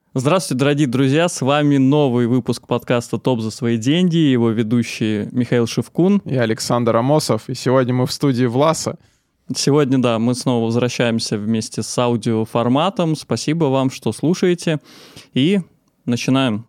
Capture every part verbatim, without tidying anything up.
Здравствуйте, дорогие друзья, с вами новый выпуск подкаста «Топ за свои деньги», его ведущие Михаил Шевкун и Александр Амосов, и сегодня мы в студии Власа. Сегодня, да, мы снова возвращаемся вместе с аудиоформатом. Спасибо вам, что слушаете, и начинаем.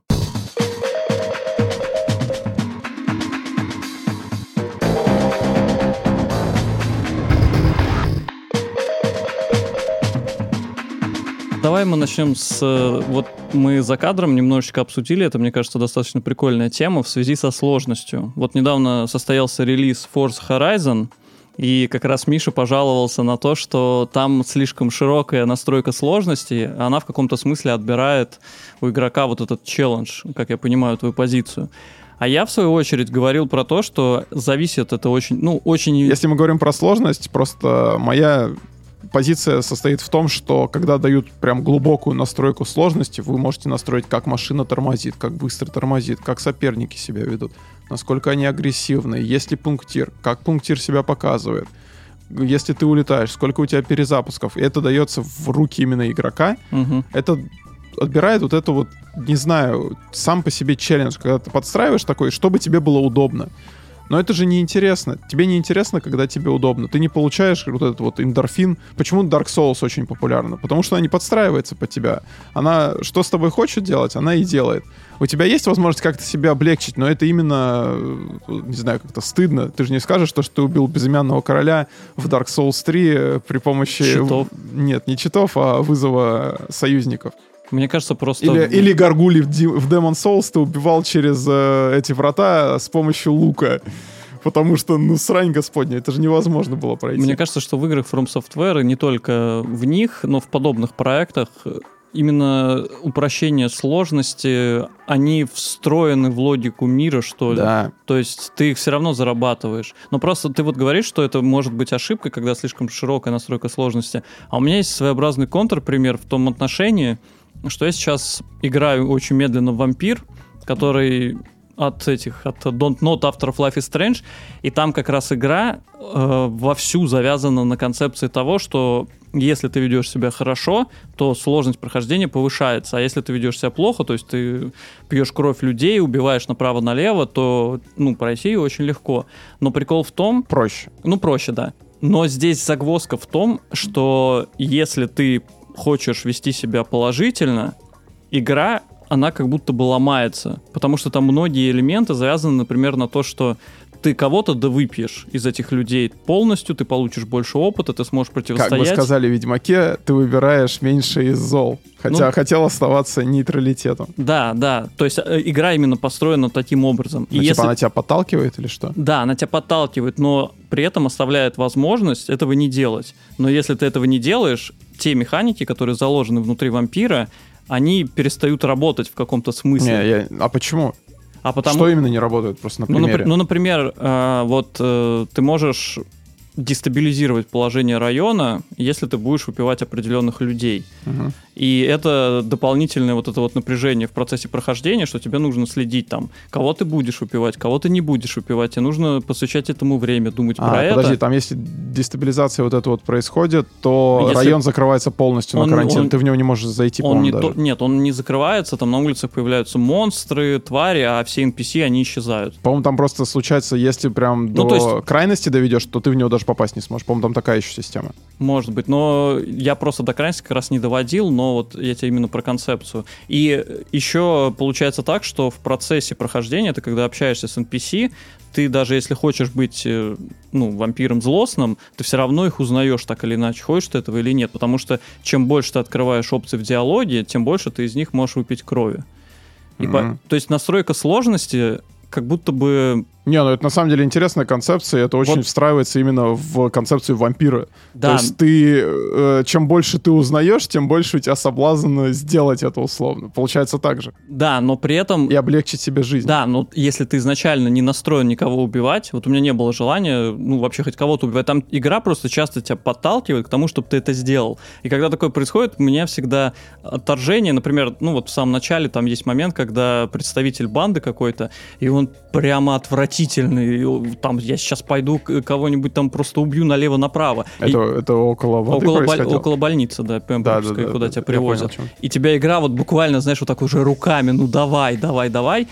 Давай мы начнем с... Вот мы за кадром немножечко обсудили, это, мне кажется, достаточно прикольная тема в связи со сложностью. Вот недавно состоялся релиз Forza Horizon, и как раз Миша пожаловался на то, что там слишком широкая настройка сложности, она в каком-то смысле отбирает у игрока вот этот челлендж, как я понимаю, твою позицию. А я, в свою очередь, говорил про то, что зависит это очень... ну очень. Если мы говорим про сложность, просто моя... позиция состоит в том, что когда дают прям глубокую настройку сложности, вы можете настроить, как машина тормозит, как быстро тормозит, как соперники себя ведут, насколько они агрессивны, есть ли пунктир, как пунктир себя показывает, если ты улетаешь, сколько у тебя перезапусков. И это дается в руки именно игрока. Угу. Это отбирает вот это вот, не знаю, сам по себе челлендж, когда ты подстраиваешь такой, чтобы тебе было удобно. Но это же неинтересно. Тебе не интересно, когда тебе удобно. Ты не получаешь вот этот вот эндорфин. Почему Dark Souls очень популярна? Потому что она не подстраивается под тебя. Она что с тобой хочет делать, она и делает. У тебя есть возможность как-то себя облегчить, но это именно, не знаю, как-то стыдно. Ты же не скажешь, то, что ты убил безымянного короля в Dark Souls три при помощи... Читов. Нет, не читов, а вызова союзников. Мне кажется, просто... Или, или гаргули в, Ди, в Demon Souls ты убивал через э, эти врата с помощью лука. Потому что, ну, срань господня, это же невозможно было пройти. Мне кажется, что в играх From Software, не только в них, но в подобных проектах, именно упрощение сложности, они встроены в логику мира, что ли. Да. То есть ты их все равно зарабатываешь. Но просто ты вот говоришь, что это может быть ошибкой, когда слишком широкая настройка сложности. А у меня есть своеобразный контрпример в том отношении, что я сейчас играю очень медленно в вампир, который от этих, от Don't Not After Life is Strange, и там как раз игра э, вовсю завязана на концепции того, что если ты ведешь себя хорошо, то сложность прохождения повышается, а если ты ведешь себя плохо, то есть ты пьешь кровь людей, убиваешь направо-налево, то, ну, пройти ее очень легко. Но прикол в том... Проще. Ну, проще, да. Но здесь загвоздка в том, что если ты хочешь вести себя положительно, игра, она как будто бы ломается, потому что там многие элементы завязаны, например, на то, что ты кого-то да выпьешь из этих людей полностью, ты получишь больше опыта, ты сможешь противостоять. Как бы сказали в Ведьмаке, ты выбираешь меньше из зол, хотя ну, хотел оставаться нейтралитетом. Да, да, то есть игра именно построена таким образом. Ну, и типа если... она тебя подталкивает или что? Да, она тебя подталкивает, но при этом оставляет возможность этого не делать. Но если ты этого не делаешь, те механики, которые заложены внутри вампира, они перестают работать в каком-то смысле. Не, я... А почему? А потому... Что именно не работает, просто на примере? Ну, ну например, э, вот э, ты можешь дестабилизировать положение района, если ты будешь убивать определенных людей. Угу. И это дополнительное вот это вот напряжение в процессе прохождения, что тебе нужно следить там, кого ты будешь убивать, кого ты не будешь убивать, тебе нужно посвящать этому время, думать а, про это. Подожди, там если дестабилизация вот эта вот происходит, то если район закрывается полностью он, на карантин, он, ты в него не можешь зайти, он не даже. То, нет, он не закрывается, там на улицах появляются монстры, твари, а все эн пи си, они исчезают. По-моему, там просто случается, если прям ну, до то есть... крайности доведешь, то ты в него даже попасть не сможешь. По-моему, там такая еще система. Может быть, но я просто до крайности как раз не доводил, но вот я тебе именно про концепцию. И еще получается так, что в процессе прохождения, ты когда общаешься с эн пи си, ты даже если хочешь быть, ну, вампиром злостным, ты все равно их узнаешь так или иначе, хочешь ты этого или нет, потому что чем больше ты открываешь опций в диалоге, тем больше ты из них можешь выпить крови. И mm-hmm. по... То есть настройка сложности как будто бы... Не, ну это на самом деле интересная концепция, и это очень вот. встраивается именно в концепцию вампира. Да. То есть ты, э, чем больше ты узнаешь, тем больше у тебя соблазн сделать это условно. Получается так же. Да, но при этом... И облегчить себе жизнь. Да, но если ты изначально не настроен никого убивать, вот у меня не было желания, ну, вообще хоть кого-то убивать, там игра просто часто тебя подталкивает к тому, чтобы ты это сделал. И когда такое происходит, у меня всегда отторжение, например, ну вот в самом начале там есть момент, когда представитель банды какой-то, и он прямо отвратительный, отвратительный, там я сейчас пойду кого-нибудь там просто убью налево-направо. Это, и... это около воды около, происходило? Около больницы, да, Пемброкской, да, да, куда да, тебя да, привозят. Понял, и тебя игра вот буквально, знаешь, вот так уже руками, ну давай, давай, давай.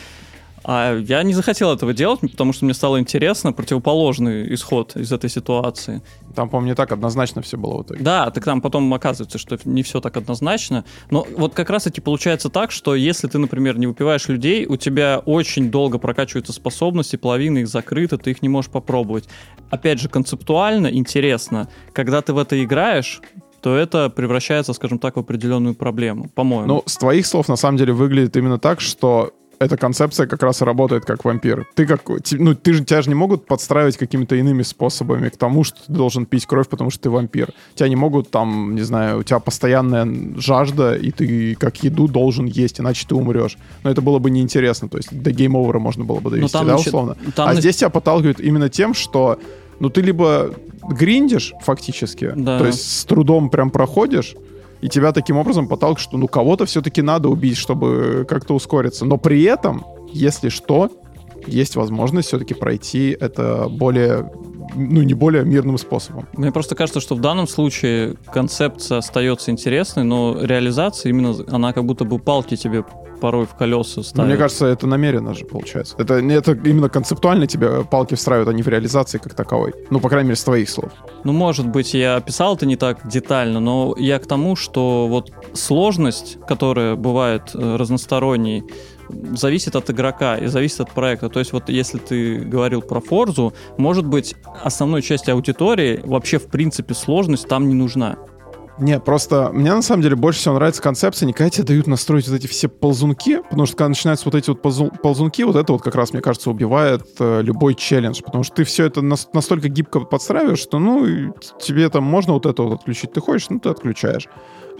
А я не захотел этого делать, потому что мне стало интересно противоположный исход из этой ситуации. Там, по-моему, не так однозначно все было в итоге. Да, так там потом оказывается, что не все так однозначно. Но вот как раз-таки получается так, что если ты, например, не выпиваешь людей, у тебя очень долго прокачиваются способности, половина их закрыта, ты их не можешь попробовать. Опять же, концептуально интересно, когда ты в это играешь, то это превращается, скажем так, в определенную проблему, по-моему. Ну, с твоих слов, на самом деле, выглядит именно так, что эта концепция как раз и работает как вампир. Ты как, ну, ты же, тебя же не могут подстраивать какими-то иными способами к тому, что ты должен пить кровь, потому что ты вампир. Тебя не могут там, не знаю, у тебя постоянная жажда, и ты как еду должен есть, иначе ты умрешь. Но это было бы неинтересно, то есть до гейм-овера можно было бы довести, да, нач... условно? Там а нач... здесь тебя подталкивают именно тем, что, ну, ты либо гриндишь фактически, да. то есть с трудом прям проходишь, и тебя таким образом подталкивают, что ну кого-то все-таки надо убить, чтобы как-то ускориться. Но при этом, если что, есть возможность все-таки пройти это более, ну не более мирным способом. Мне просто кажется, что в данном случае концепция остается интересной, но реализация именно, она как будто бы палки тебе порой в колеса ставит. Но мне кажется, это намеренно же получается. Это, это именно концептуально тебе палки встраивают, а не в реализации как таковой. Ну, по крайней мере, с твоих слов. Ну, может быть, я описал это не так детально, но я к тому, что вот сложность, которая бывает разносторонней, зависит от игрока и зависит от проекта. То есть вот если ты говорил про Форзу, может быть, основной части аудитории вообще в принципе сложность там не нужна. Не, просто мне на самом деле больше всего нравится концепция, не когда тебе дают настроить вот эти все ползунки, потому что когда начинаются вот эти вот ползу- ползунки, вот это вот как раз, мне кажется, убивает э, любой челлендж, потому что ты все это нас- настолько гибко подстраиваешь, что, ну, тебе там можно вот это вот отключить, ты хочешь, ну, ты отключаешь.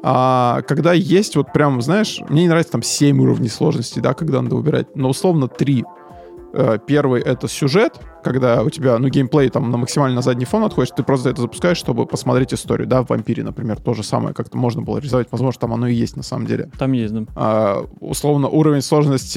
А когда есть вот прям, знаешь, мне не нравится там семь уровней сложности, да, когда надо выбирать, но условно три. Первый — это сюжет, когда у тебя, ну, геймплей там на максимально на задний фон отходишь, ты просто это запускаешь, чтобы посмотреть историю, да, в «Вампире», например, то же самое, как-то можно было реализовать, возможно, там оно и есть на самом деле. Там есть, да. А, условно, уровень сложности,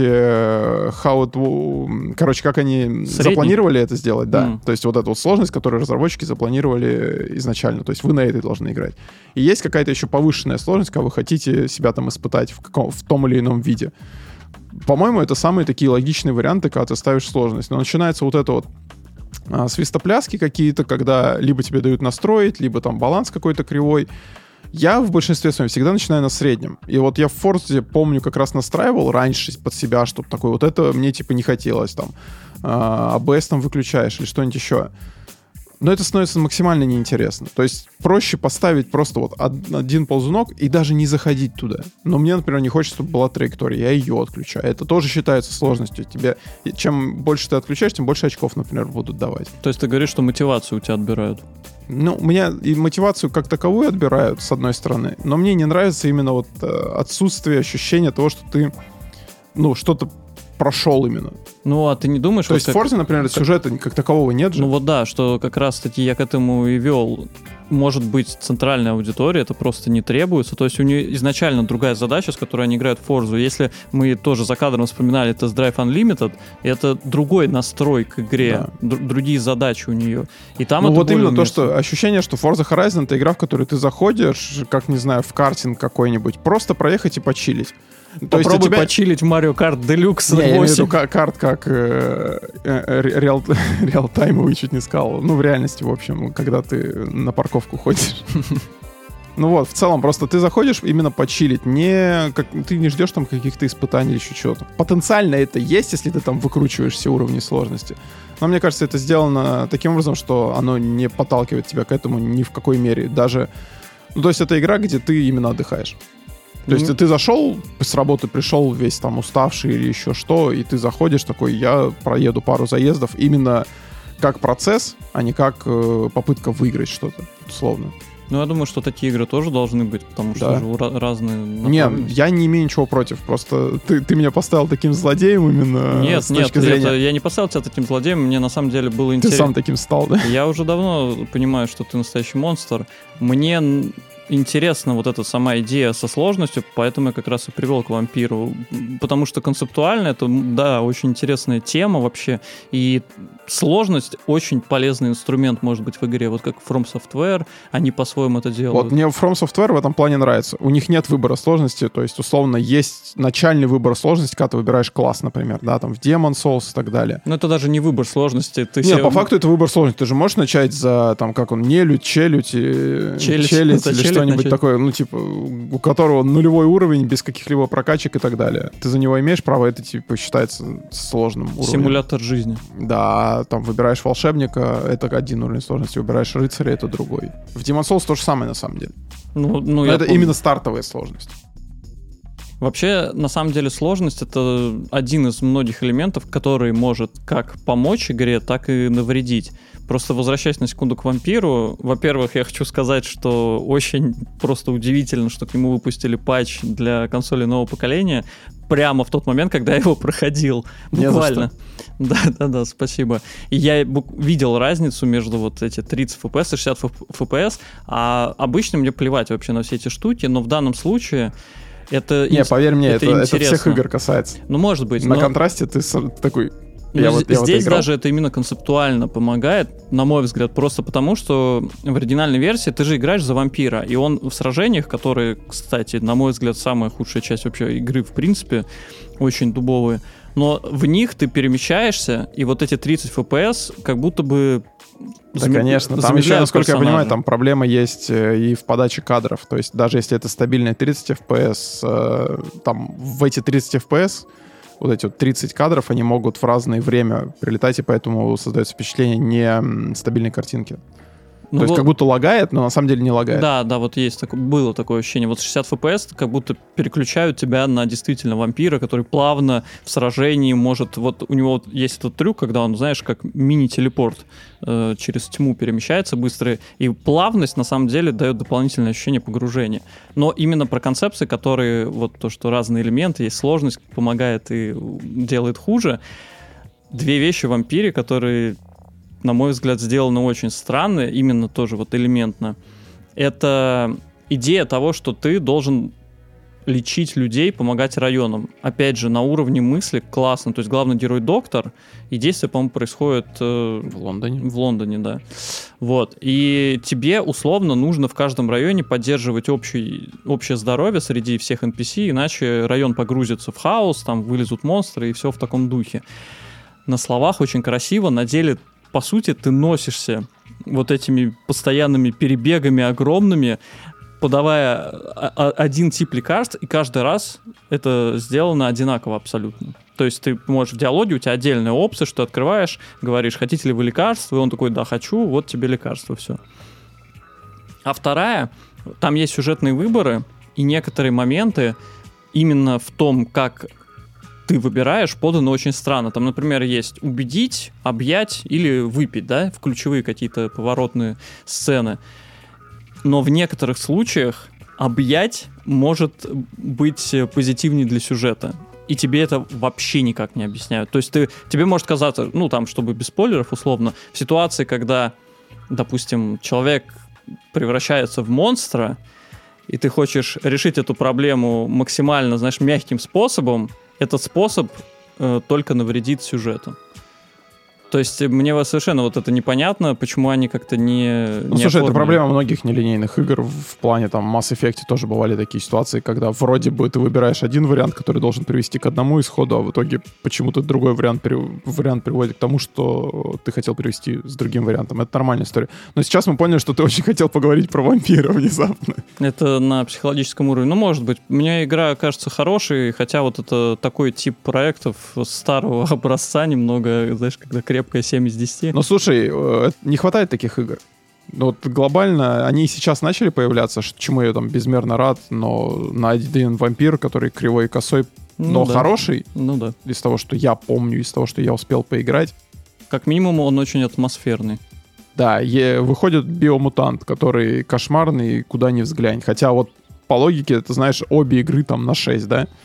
how it, короче, как они Средний. запланировали это сделать, да, Mm. то есть вот эта вот сложность, которую разработчики запланировали изначально, то есть вы на этой должны играть. И есть какая-то еще повышенная сложность, когда вы хотите себя там испытать в, каком, в том или ином виде. По-моему, это самые такие логичные варианты, когда ты ставишь сложность. Но начинается вот это вот а, свистопляски какие-то, когда либо тебе дают настроить, либо там баланс какой-то кривой. Я в большинстве своем всегда начинаю на среднем. И вот я в Форзе, помню, как раз настраивал раньше под себя, чтобы такой вот это мне типа не хотелось там. А бэ эс там выключаешь или что-нибудь еще. Но это становится максимально неинтересно. То есть проще поставить просто вот один ползунок и даже не заходить туда. Но мне, например, не хочется, чтобы была траектория. Я ее отключаю. Это тоже считается сложностью. Тебе, чем больше ты отключаешь, тем больше очков, например, будут давать. То есть ты говоришь, что мотивацию у тебя отбирают? Ну, у меня и мотивацию как таковую отбирают, с одной стороны. Но мне не нравится именно вот отсутствие ощущения того, что ты, ну, что-то прошел именно. Ну, а ты не думаешь... То вот есть как... в Форзе, например, как... сюжета как такового нет же? Ну вот да, что как раз-таки я к этому и вел. Может быть, центральная аудитория это просто не требуется. То есть у нее изначально другая задача, с которой они играют в Форзу. Если мы тоже за кадром вспоминали Test Drive Unlimited, это другой настрой к игре, да. Д- другие задачи у нее. И там ну это вот именно уместно. То, что ощущение, что Forza Horizon — это игра, в которую ты заходишь, как, не знаю, в картинг какой-нибудь, просто проехать и почилить. Попробуй То есть тебя... почилить в Mario Kart Deluxe Не, я имею в виду восемь. карт как э, э, реал, реал-таймовый, чуть не сказал. Ну, в реальности, в общем, когда ты на парковку ходишь. Ну вот, в целом, просто ты заходишь именно почилить, не как, ты не ждешь там каких-то испытаний или еще чего-то. Потенциально это есть, если ты там выкручиваешь все уровни сложности. Но мне кажется, это сделано таким образом, что оно не подталкивает тебя к этому ни в какой мере. Даже, ну, то есть это игра, где ты именно отдыхаешь. То есть mm-hmm. ты зашел с работы, пришел весь там уставший или еще что, и ты заходишь такой, я проеду пару заездов именно как процесс, а не как э, попытка выиграть что-то, условно. Ну, я думаю, что такие игры тоже должны быть, потому что да. же ra- разные... Не, я не имею ничего против, просто ты, ты меня поставил таким злодеем именно нет, с нет, точки зрения... это, я не поставил тебя таким злодеем, мне на самом деле было интересно. Ты сам таким стал, да? Я уже давно понимаю, что ты настоящий монстр. Мне... интересна вот эта сама идея со сложностью, поэтому я как раз и привел к вампиру. Потому что концептуально это, да, очень интересная тема вообще. И сложность очень полезный инструмент может быть в игре. Вот как From Software, они по-своему это делают. Вот мне From Software в этом плане нравится. У них нет выбора сложности, то есть, условно, есть начальный выбор сложности, когда ты выбираешь класс, например, да, там в Demon Souls и так далее. Но это даже не выбор сложности. Ты Нет, себе... по факту это выбор сложности. Ты же можешь начать за, там, как он, нелюдь, челюдь, и... челюдь, челюдь или челюдь что-нибудь начать. такое, ну, типа, у которого нулевой уровень, без каких-либо прокачек и так далее. Ты за него имеешь право, это, типа, считается сложным уровнем. Симулятор жизни. Да, там выбираешь волшебника, это один уровень сложности, выбираешь рыцаря, это другой. В Demon Souls то же самое, на самом деле. Ну, ну, Но я это помню. именно стартовая сложность. Вообще, на самом деле, сложность — это один из многих элементов, который может как помочь игре, так и навредить. Просто возвращаясь на секунду к вампиру, во-первых, я хочу сказать, что очень просто удивительно, что к нему выпустили патч для консолей нового поколения прямо в тот момент, когда я его проходил. Буквально. Да-да-да, спасибо. И я видел разницу между вот эти тридцать эф пи эс и шестьдесят эф пи эс, а обычно мне плевать вообще на все эти штуки, но в данном случае это Не, ин- поверь мне, это, это, это всех игр касается. Ну, может быть. На но... контрасте ты с- такой... Но Я з- вот, я вот здесь играл. даже это именно концептуально помогает, на мой взгляд, просто потому, что в оригинальной версии ты же играешь за вампира, и он в сражениях, которые, кстати, на мой взгляд, самая худшая часть вообще игры, в принципе, очень дубовые, но в них ты перемещаешься, и вот эти тридцать эф пи эс как будто бы Да, зам- конечно. Там замедляют еще, насколько я понимаю, персонажа. там проблема есть э, и в подаче кадров. То есть даже если это стабильные тридцать эф пи эс, э, там в эти тридцать эф пи эс вот эти вот тридцать кадров, они могут в разное время прилетать, и поэтому создается впечатление нестабильной картинки. Ну То есть вот- как будто лагает, но на самом деле не лагает. Да, да, вот есть такое, было такое ощущение. Вот шестьдесят эф пи эс как будто переключают тебя на действительно вампира, который плавно в сражении может... Вот у него вот есть этот трюк, когда он, знаешь, как мини-телепорт э, через тьму перемещается быстро, и плавность на самом деле дает дополнительное ощущение погружения. Но именно про концепции, которые, вот то, что разные элементы, есть сложность, помогает и делает хуже. Две вещи в вампире, которые... на мой взгляд, сделано очень странно, именно тоже вот элементно. Это идея того, что ты должен лечить людей, помогать районам. Опять же, на уровне мысли классно. То есть главный герой доктор, и действие, по-моему, происходит э, В Лондоне. в Лондоне, да. Вот. И тебе условно нужно в каждом районе поддерживать общий, общее здоровье среди всех эн пи си, иначе район погрузится в хаос, там вылезут монстры и все в таком духе. На словах очень красиво, на деле по сути, ты носишься вот этими постоянными перебегами огромными, подавая один тип лекарств, и каждый раз это сделано одинаково абсолютно. То есть ты можешь в диалоге, у тебя отдельная опция, что ты открываешь, говоришь, хотите ли вы лекарство, и он такой, да, хочу, вот тебе лекарство, все. А вторая, там есть сюжетные выборы, и некоторые моменты именно в том, как ты выбираешь, подано очень странно. Там, например, есть убедить, объять или выпить, да, в ключевые какие-то поворотные сцены. Но в некоторых случаях объять может быть позитивнее для сюжета. И тебе это вообще никак не объясняют. То есть ты, тебе может казаться, ну там, чтобы без спойлеров условно, в ситуации, когда, допустим, человек превращается в монстра, и ты хочешь решить эту проблему максимально, знаешь, мягким способом, этот способ э, только навредит сюжету. То есть мне совершенно вот это непонятно, почему они как-то не... Ну, не слушай, это оформили. проблема многих нелинейных игр. В плане там Mass Effect тоже бывали такие ситуации, когда вроде бы ты выбираешь один вариант, который должен привести к одному исходу, а в итоге почему-то другой вариант, при... вариант приводит к тому, что ты хотел привести с другим вариантом. Это нормальная история. Но сейчас мы поняли, что ты очень хотел поговорить про вампира внезапно. Это на психологическом уровне. Ну, может быть. Мне игра кажется хорошей, хотя вот это такой тип проектов старого образца немного, знаешь, когда крепкая семь из десяти. Но слушай, э, не хватает таких игр. Ну, вот глобально они и сейчас начали появляться, ш- чему я там безмерно рад, но на один вампир, который кривой и косой, Ну но да. хороший, Ну да. из того, что я помню, из того, что я успел поиграть. Как минимум он очень атмосферный. Да, е- выходит биомутант, который кошмарный, куда ни взглянь. Хотя вот по логике, ты знаешь, обе игры там на шесть, да?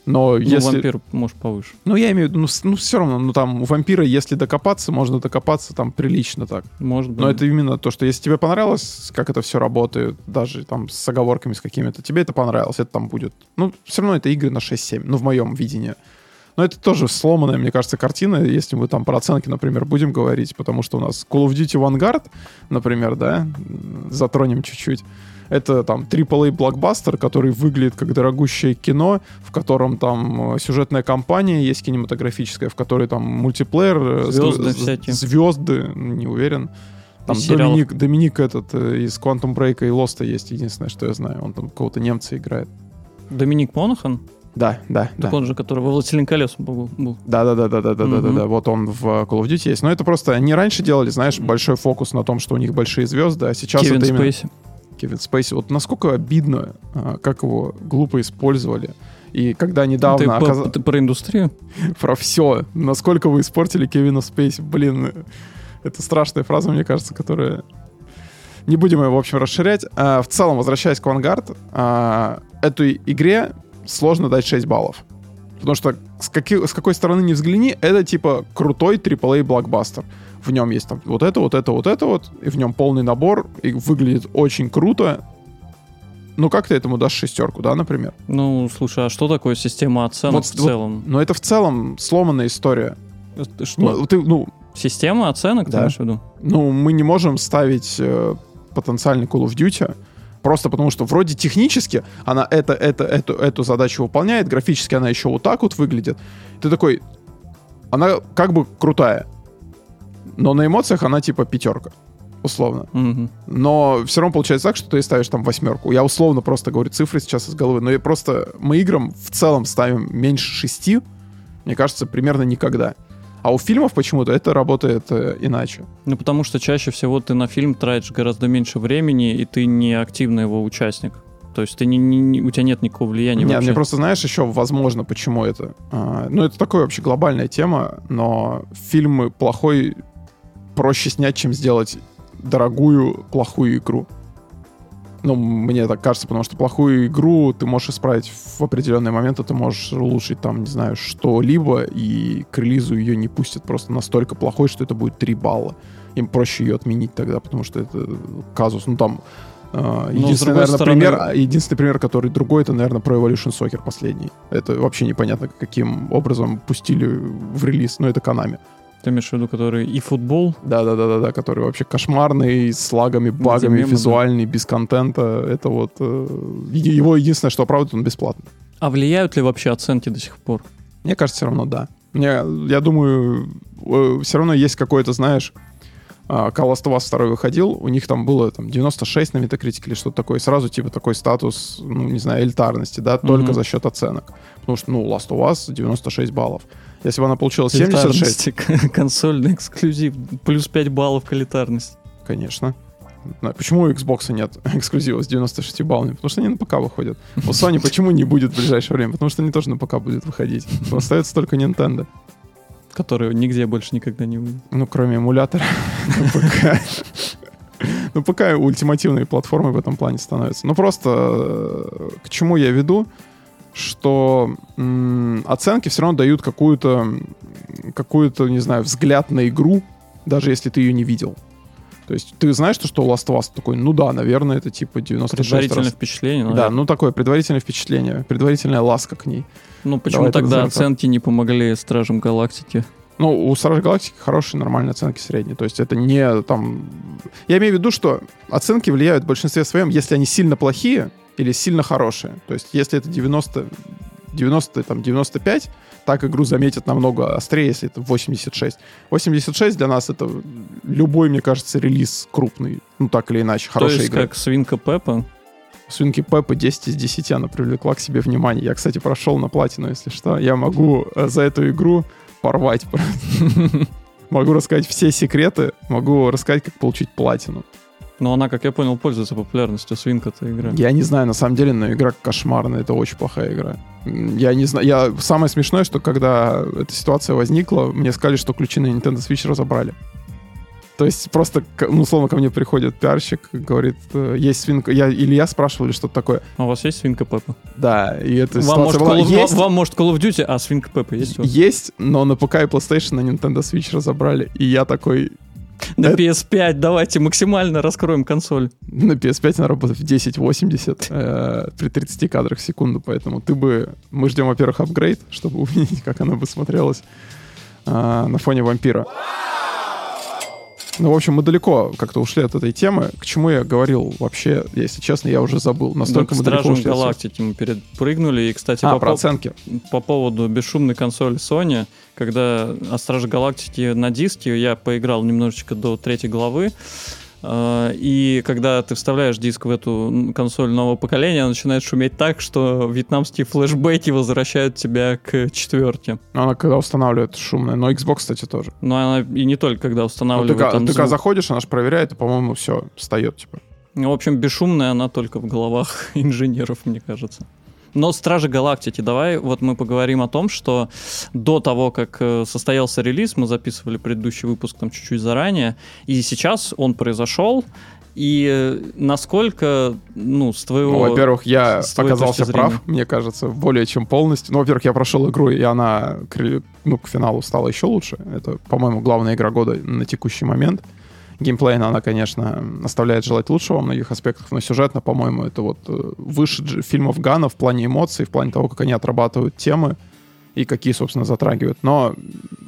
Но Ну, если... вампир, может, повыше. Ну, я имею в виду, ну, с- ну, все равно, ну, там, у вампира, если докопаться, можно докопаться там прилично так. Может быть. Но это именно то, что если тебе понравилось, как это все работает, даже там с оговорками с какими-то, тебе это понравилось, это там будет. Ну, все равно это игры на шесть-семь, ну, в моем видении. Но это тоже сломанная, мне кажется, картина, если мы там про оценки, например, будем говорить, потому что у нас Call of Duty Vanguard, например, да, затронем чуть-чуть. Это там трипл эй-блокбастер, который выглядит как дорогущее кино, в котором там э, сюжетная кампания есть кинематографическая, в которой там мультиплеер, э, Звезды з- всякие. звезды, не уверен. Там Из сериалов. Доминик, Доминик этот э, из Quantum Break и Lost есть, единственное, что я знаю. Он там какого-то немца играет. Доминик Монахан? Да, да, Так да. он же, который во «Властелин колес» был. был. Да, да, да, да, да, да, да, да, Мгм. да. Вот он в Call of Duty есть. Но это просто они раньше делали, знаешь, большой фокус на том, что у них большие звезды, а сейчас Кевин это именно Спейси. Кевин Спейси. Вот насколько обидно, а, как его глупо использовали. И когда недавно Ты, по- оказ- ты про индустрию? про все, насколько вы испортили Кевина Спейси. Блин, это страшная фраза, мне кажется, которая... Не будем ее, в общем, расширять. А, в целом, возвращаясь к Vanguard, а, этой игре сложно дать шесть баллов. Потому что с, каки- с какой стороны ни взгляни, это типа крутой трипл эй-блокбастер. В нем есть там вот это, вот это, вот это вот, и в нем полный набор, и выглядит очень круто. Ну, как ты этому дашь шестерку, да, например? Ну, слушай, а что такое система оценок Вот- в вот- целом? Но это в целом сломанная история. Это Что? Ну, ты, ну, Система оценок, ты Да. имеешь в виду? ну, мы не можем ставить э, потенциальный Call of Duty просто потому, что вроде технически она это, это, эту, эту задачу выполняет, графически она еще вот так вот выглядит. Ты такой, она как бы крутая, но на эмоциях она типа пятерка, условно. Мгм. Но все равно получается так, что ты ставишь там восьмерку. Я условно просто говорю цифры сейчас из головы, но я просто мы играм в целом ставим меньше шести, мне кажется, примерно никогда. А у фильмов почему-то это работает э, иначе. Ну, потому что чаще всего ты на фильм тратишь гораздо меньше времени, и ты не активный его участник. То есть ты не, не- не- у тебя нет никакого влияния Нет, вообще. мне просто знаешь еще, возможно, почему это. А, ну, это такая вообще глобальная тема, но фильмы плохой проще снять, чем сделать дорогую плохую игру. Ну, мне так кажется, потому что плохую игру ты можешь исправить в определенные моменты, ты можешь улучшить там, не знаю, что-либо, и к релизу ее не пустят просто настолько плохой, что это будет три балла. Им проще ее отменить тогда, потому что это казус. Ну, там э, Но, с единственный, другой наверное, стороны- пример, а, единственный пример, который другой, это, наверное, Pro Evolution Soccer последний. Это вообще непонятно, каким образом пустили в релиз, но это Konami. Ты имеешь в виду, который и футбол, Да-да-да-да, который вообще кошмарный, с лагами, багами, мемы, да. визуальный, без контента. Это вот... э, е- его единственное, что оправдывает, он бесплатный. а влияют ли вообще оценки до сих пор? Мне кажется, все равно да. Мне, я думаю, все равно есть какой-то, знаешь, а, Call of Duty два выходил, у них там было там девяносто шесть на Metacritic или что-то такое, и сразу типа такой статус, ну, не знаю, элитарности, да, только Мгм. за счет оценок. Потому что, ну, Last of Us девяносто шесть баллов. Если бы она получила семьдесят шесть, Элитарности, консольный эксклюзив, плюс пять баллов к элитарности. конечно. Да, почему у Xbox нет эксклюзива с девяносто шестью баллами? Потому что они на ПК выходят. У Sony почему не будет в ближайшее время? Потому что они тоже на ПК будут выходить. Остается только Nintendo. Который нигде больше никогда не выйдет. Ну, кроме эмулятора на ПК. Ну, ПК ультимативной платформой в этом плане становится. Ну, просто э, к чему я веду? Что м, оценки все равно дают какую-то, какую-то, не знаю, взгляд на игру, даже если ты ее не видел. То есть ты знаешь, что у Last of Us такой, ну да, наверное, это типа девяносто шесть Предварительное раз. впечатление. Да, наверное. ну такое предварительное впечатление, предварительная ласка к ней. Ну, почему давай так тогда назовем так. оценки не помогли Стражам Галактики? Ну, у Стражей Галактики хорошие, нормальные оценки средние. То есть это не там... Я имею в виду, что оценки влияют в большинстве своем, если они сильно плохие или сильно хорошие. То есть если это девяносто, девяносто, там, девяносто пять, так игру заметят намного острее, если это восемьдесят шесть. восемьдесят шесть для нас это любой, мне кажется, релиз крупный. Ну, так или иначе, хорошая То есть игра. как Свинка Пеппа? Свинки Пеппа десять из десяти она привлекла к себе внимание. Я, кстати, прошел на платину, если что. Я могу э, за эту игру порвать. Могу рассказать все секреты, могу рассказать, как получить платину. Но она, как я понял, пользуется популярностью. Свинка-то игра. Я не знаю, на самом деле, но игра кошмарная, это очень плохая игра. М, Я не знаю, я... Самое смешное, что когда эта ситуация возникла, мне сказали, что ключи на Nintendo Switch разобрали. То есть просто, ну, условно, ко мне приходит пиарщик, говорит, есть свинка... Я, или я спрашивал, или что-то такое. А у вас есть свинка Пеппа? Да, и это вам может, была... Call of... есть... вам может Call of Duty, а свинка Пеппа есть у вас? Есть, но на ПК и PlayStation на Nintendo Switch разобрали, и я такой... На пи эс пять давайте максимально раскроем консоль. На пи эс пять она работает в десять восемьдесят э, при тридцати кадрах в секунду, поэтому ты бы... Мы ждем, во-первых, апгрейд, чтобы увидеть, как она бы смотрелась э, на фоне вампира. Ну, в общем, мы далеко как-то ушли от этой темы. К чему я говорил вообще, если честно, я уже забыл. Настолько ну, мы далеко ушли. Стражам Галактики мы перепрыгнули. И, кстати, а, по, про оценки. по поводу бесшумной консоли Sony, когда о Страже Галактики на диске я поиграл немножечко до третьей главы, и когда ты вставляешь диск в эту консоль нового поколения, она начинает шуметь так, что вьетнамские флешбеки возвращают тебя к четверке. Она когда устанавливает шумная, но Xbox, кстати, тоже. Но она и не только когда устанавливает. Ну, ты, он ты звук. когда заходишь, она же проверяет, и, по-моему, все, встает, типа. Ну, в общем, бесшумная она только в головах инженеров, мне кажется. Но Стражи Галактики, давай вот мы поговорим о том, что до того, как состоялся релиз, мы записывали предыдущий выпуск там чуть-чуть заранее, и сейчас он произошел, и насколько, ну, с твоего... Ну, во-первых, я оказался зрения... прав, мне кажется, более чем полностью. Ну, во-первых, я прошел игру, и она ну, к финалу стала еще лучше. Это, по-моему, главная игра года на текущий момент. Геймплейно она, конечно, оставляет желать лучшего во многих аспектах, но сюжетно, по-моему, это вот выше фильмов Ганна в плане эмоций, в плане того, как они отрабатывают темы и какие, собственно, затрагивают. Но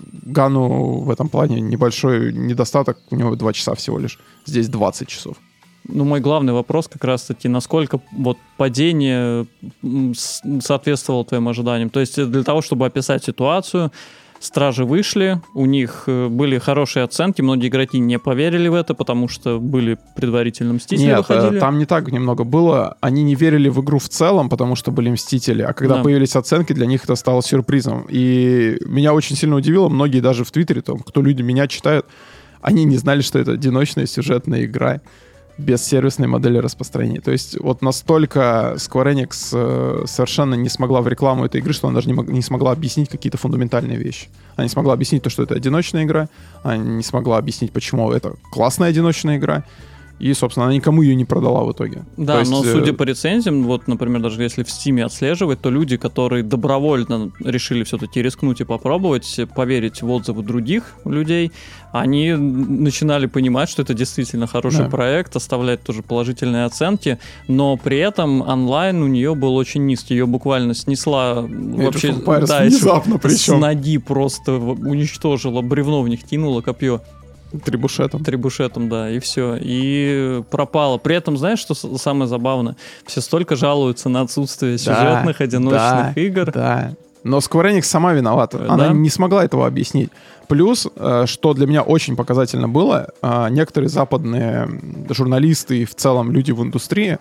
Ганну в этом плане небольшой недостаток, у него два часа всего лишь, здесь двадцать часов. Ну, мой главный вопрос как раз-таки, насколько вот падение соответствовало твоим ожиданиям. То есть для того, чтобы описать ситуацию, Стражи вышли, у них были хорошие оценки, многие игроки не поверили в это, потому что были предварительно Мстители Нет, выходили. Там не так немного было. Они не верили в игру в целом, потому что были Мстители, а когда да. появились оценки, для них это стало сюрпризом. И меня очень сильно удивило, многие даже в Твиттере, там, кто люди меня читают, они не знали, что это одиночная сюжетная игра без сервисной модели распространения. То есть вот настолько Square Enix э, совершенно не смогла в рекламу этой игры, что она даже не, мог, не смогла объяснить какие-то фундаментальные вещи. Она не смогла объяснить то, что это одиночная игра, она не смогла объяснить, почему это классная одиночная игра, и, собственно, она никому ее не продала в итоге. Да, есть, но э... судя по рецензиям, вот, например, даже если в Steam отслеживать, то люди, которые добровольно решили все-таки рискнуть и попробовать, поверить в отзывы других людей, они начинали понимать, что это действительно хороший да. проект, оставлять тоже положительные оценки, но при этом онлайн у нее был очень низкий, ее буквально снесла это вообще да, внезапно, причем. С ноги просто уничтожила, бревно в них кинула, копье. Трибушетом. Трибушетом, да, и все. И пропало. При этом, знаешь, что самое забавное? Все столько жалуются на отсутствие сюжетных, да, одиночных да, игр. Да, но Square Enix сама виновата. Да? Она не смогла этого объяснить. Плюс, что для меня очень показательно было, некоторые западные журналисты и в целом люди в индустрии,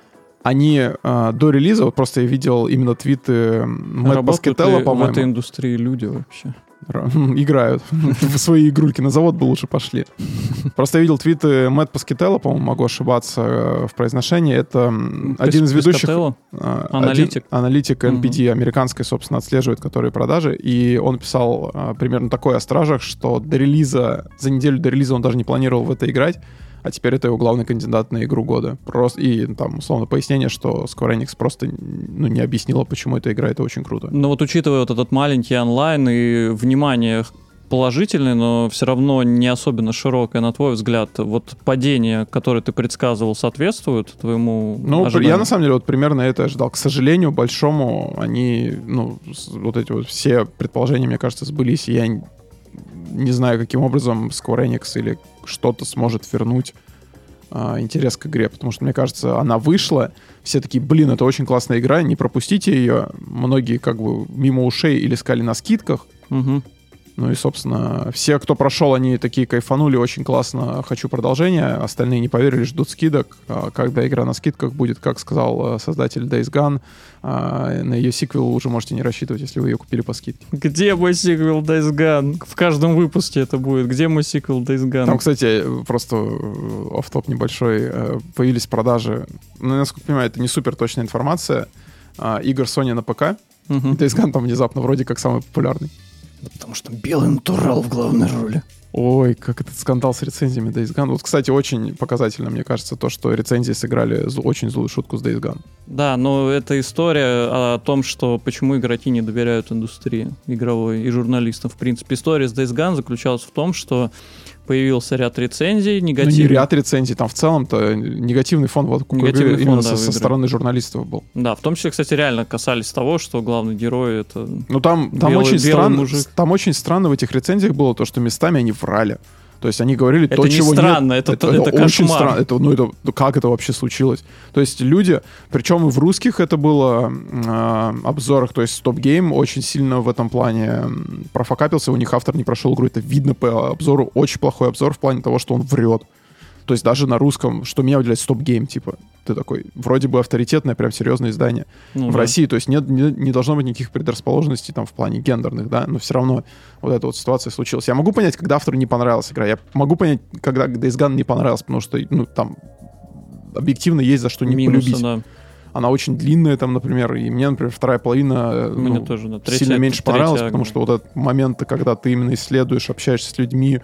они до релиза, вот просто я видел именно твиты Мэтта Паскетелла, по-моему. В этой индустрии люди вообще? Играют в свои игрульки. На завод бы лучше пошли. Просто я видел твиты Мэтта Паскетелла, по-моему, могу ошибаться в произношении. Это один из ведущих... Аналитик. Аналитик эн пи ди американской, собственно, отслеживает, которые продажи. И он писал примерно такое о Стражах, что до релиза, за неделю до релиза он даже не планировал в это играть. А теперь это его главный кандидат на игру года. Просто, и там, условно, пояснение, что Square Enix просто ну, не объяснила, почему эта игра, это очень круто. Но вот учитывая вот этот маленький онлайн и внимание положительное, но все равно не особенно широкое, на твой взгляд, вот падение, которое ты предсказывал, соответствует твоему Ну, ожиданию? Я на самом деле вот примерно это ожидал. К сожалению, большому, они, ну, вот эти вот все предположения, мне кажется, сбылись, и я не знаю, каким образом Square Enix или что-то сможет вернуть а, интерес к игре, потому что, мне кажется, она вышла, все такие, блин, это очень классная игра, не пропустите ее. Многие как бы мимо ушей или искали на скидках. Угу. Ну и, собственно, все, кто прошел, они такие кайфанули, очень классно, хочу продолжения. Остальные не поверили, ждут скидок. Когда игра на скидках будет, как сказал создатель Days Gone, на ее сиквел вы уже можете не рассчитывать, если вы ее купили по скидке. Где мой сиквел Days Gone? В каждом выпуске это будет. Где мой сиквел Days Gone? Там, кстати, просто офф-топ небольшой. Появились продажи. Ну, насколько я понимаю, это не супер точная информация. Игр Sony на ПК. Uh-huh. Days Gone там внезапно вроде как самый популярный. Потому что белый натурал в главной роли. Ой, как этот скандал с рецензиями Days Gone. Вот, кстати, очень показательно, мне кажется, то, что рецензии сыграли зл- очень злую шутку с Days Gone. Да, но это история о том, что почему игроки не доверяют индустрии игровой и журналистам. В принципе, история с Days Gone заключалась в том, что появился ряд рецензий негативных. Ну, не ряд рецензий, там в целом-то негативный фон вот Негативный именно фон, со, да, со стороны журналистов был. Да, в том числе, кстати, реально касались того, что главный герой — это Ну там, там, белый, очень белый странно, мужик. там очень странно в этих рецензиях было то, что местами они врали. То есть они говорили Это то, не чего странно, нет. это- это очень кошмар. странно. Это, ну, это, ну, как это вообще случилось? То есть люди, причем и в русских это было э, обзорах, то есть Stop Game очень сильно в этом плане м, профокапился, у них автор не прошел игру, это видно по обзору, очень плохой обзор в плане того, что он врет. То есть даже на русском, что меня удивляет, Stop Game, типа, ты такой, вроде бы авторитетное, прям серьезное издание. ну, в да. России, то есть нет, не, не должно быть никаких предрасположенностей там в плане гендерных, да, но все равно вот эта вот ситуация случилась. Я могу понять, когда автору не понравилась игра, я могу понять, когда Days Gone не понравилась, потому что, ну, там объективно есть за что не Минусы, полюбить. да. Она очень длинная там, например, и мне, например, вторая половина Мне ну, тоже, да. Третья- сильно меньше третья понравилась, ага. потому что вот этот момент, когда ты именно исследуешь, общаешься с людьми,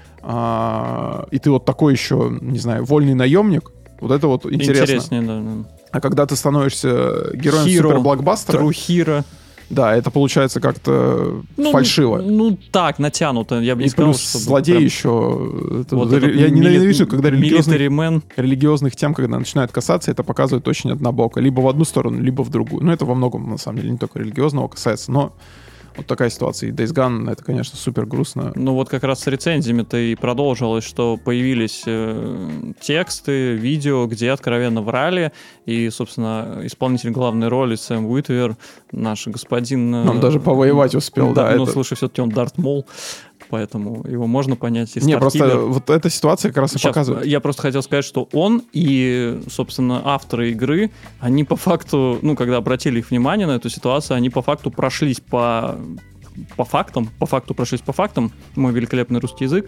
а, и ты вот такой еще, не знаю, вольный наемник, вот это вот интересно. Интереснее, да. да. А когда ты становишься героем Hero, суперблокбастера, True Hero. да, это получается как-то Ну, фальшиво. Ну, так, натянуто. Я бы не И сказал, плюс что злодей прям- еще... это Вот вот этот я мили- ненавижу, когда религиозных, Military Man. религиозных тем, когда начинают касаться, это показывает очень однобоко. Либо в одну сторону, либо в другую. Ну, это во многом, на самом деле, не только религиозного касается, но вот такая ситуация. И Days Gone, это, конечно, супер грустно. Ну вот как раз с рецензиями-то и продолжилось, что появились э, тексты, видео, где откровенно врали, и, собственно, исполнитель главной роли Сэм Уитвер, наш господин... э, Он даже повоевать успел, да. Ну, это- слушай, все-таки он Дарт Мол, поэтому его можно понять. И Не, просто Старкиллер. вот эта ситуация как раз и Сейчас, показывает. я просто хотел сказать, что он и, собственно, авторы игры, они по факту, ну, когда обратили их внимание на эту ситуацию, они по факту прошлись по, по фактам, по факту прошлись по фактам, мой великолепный русский язык,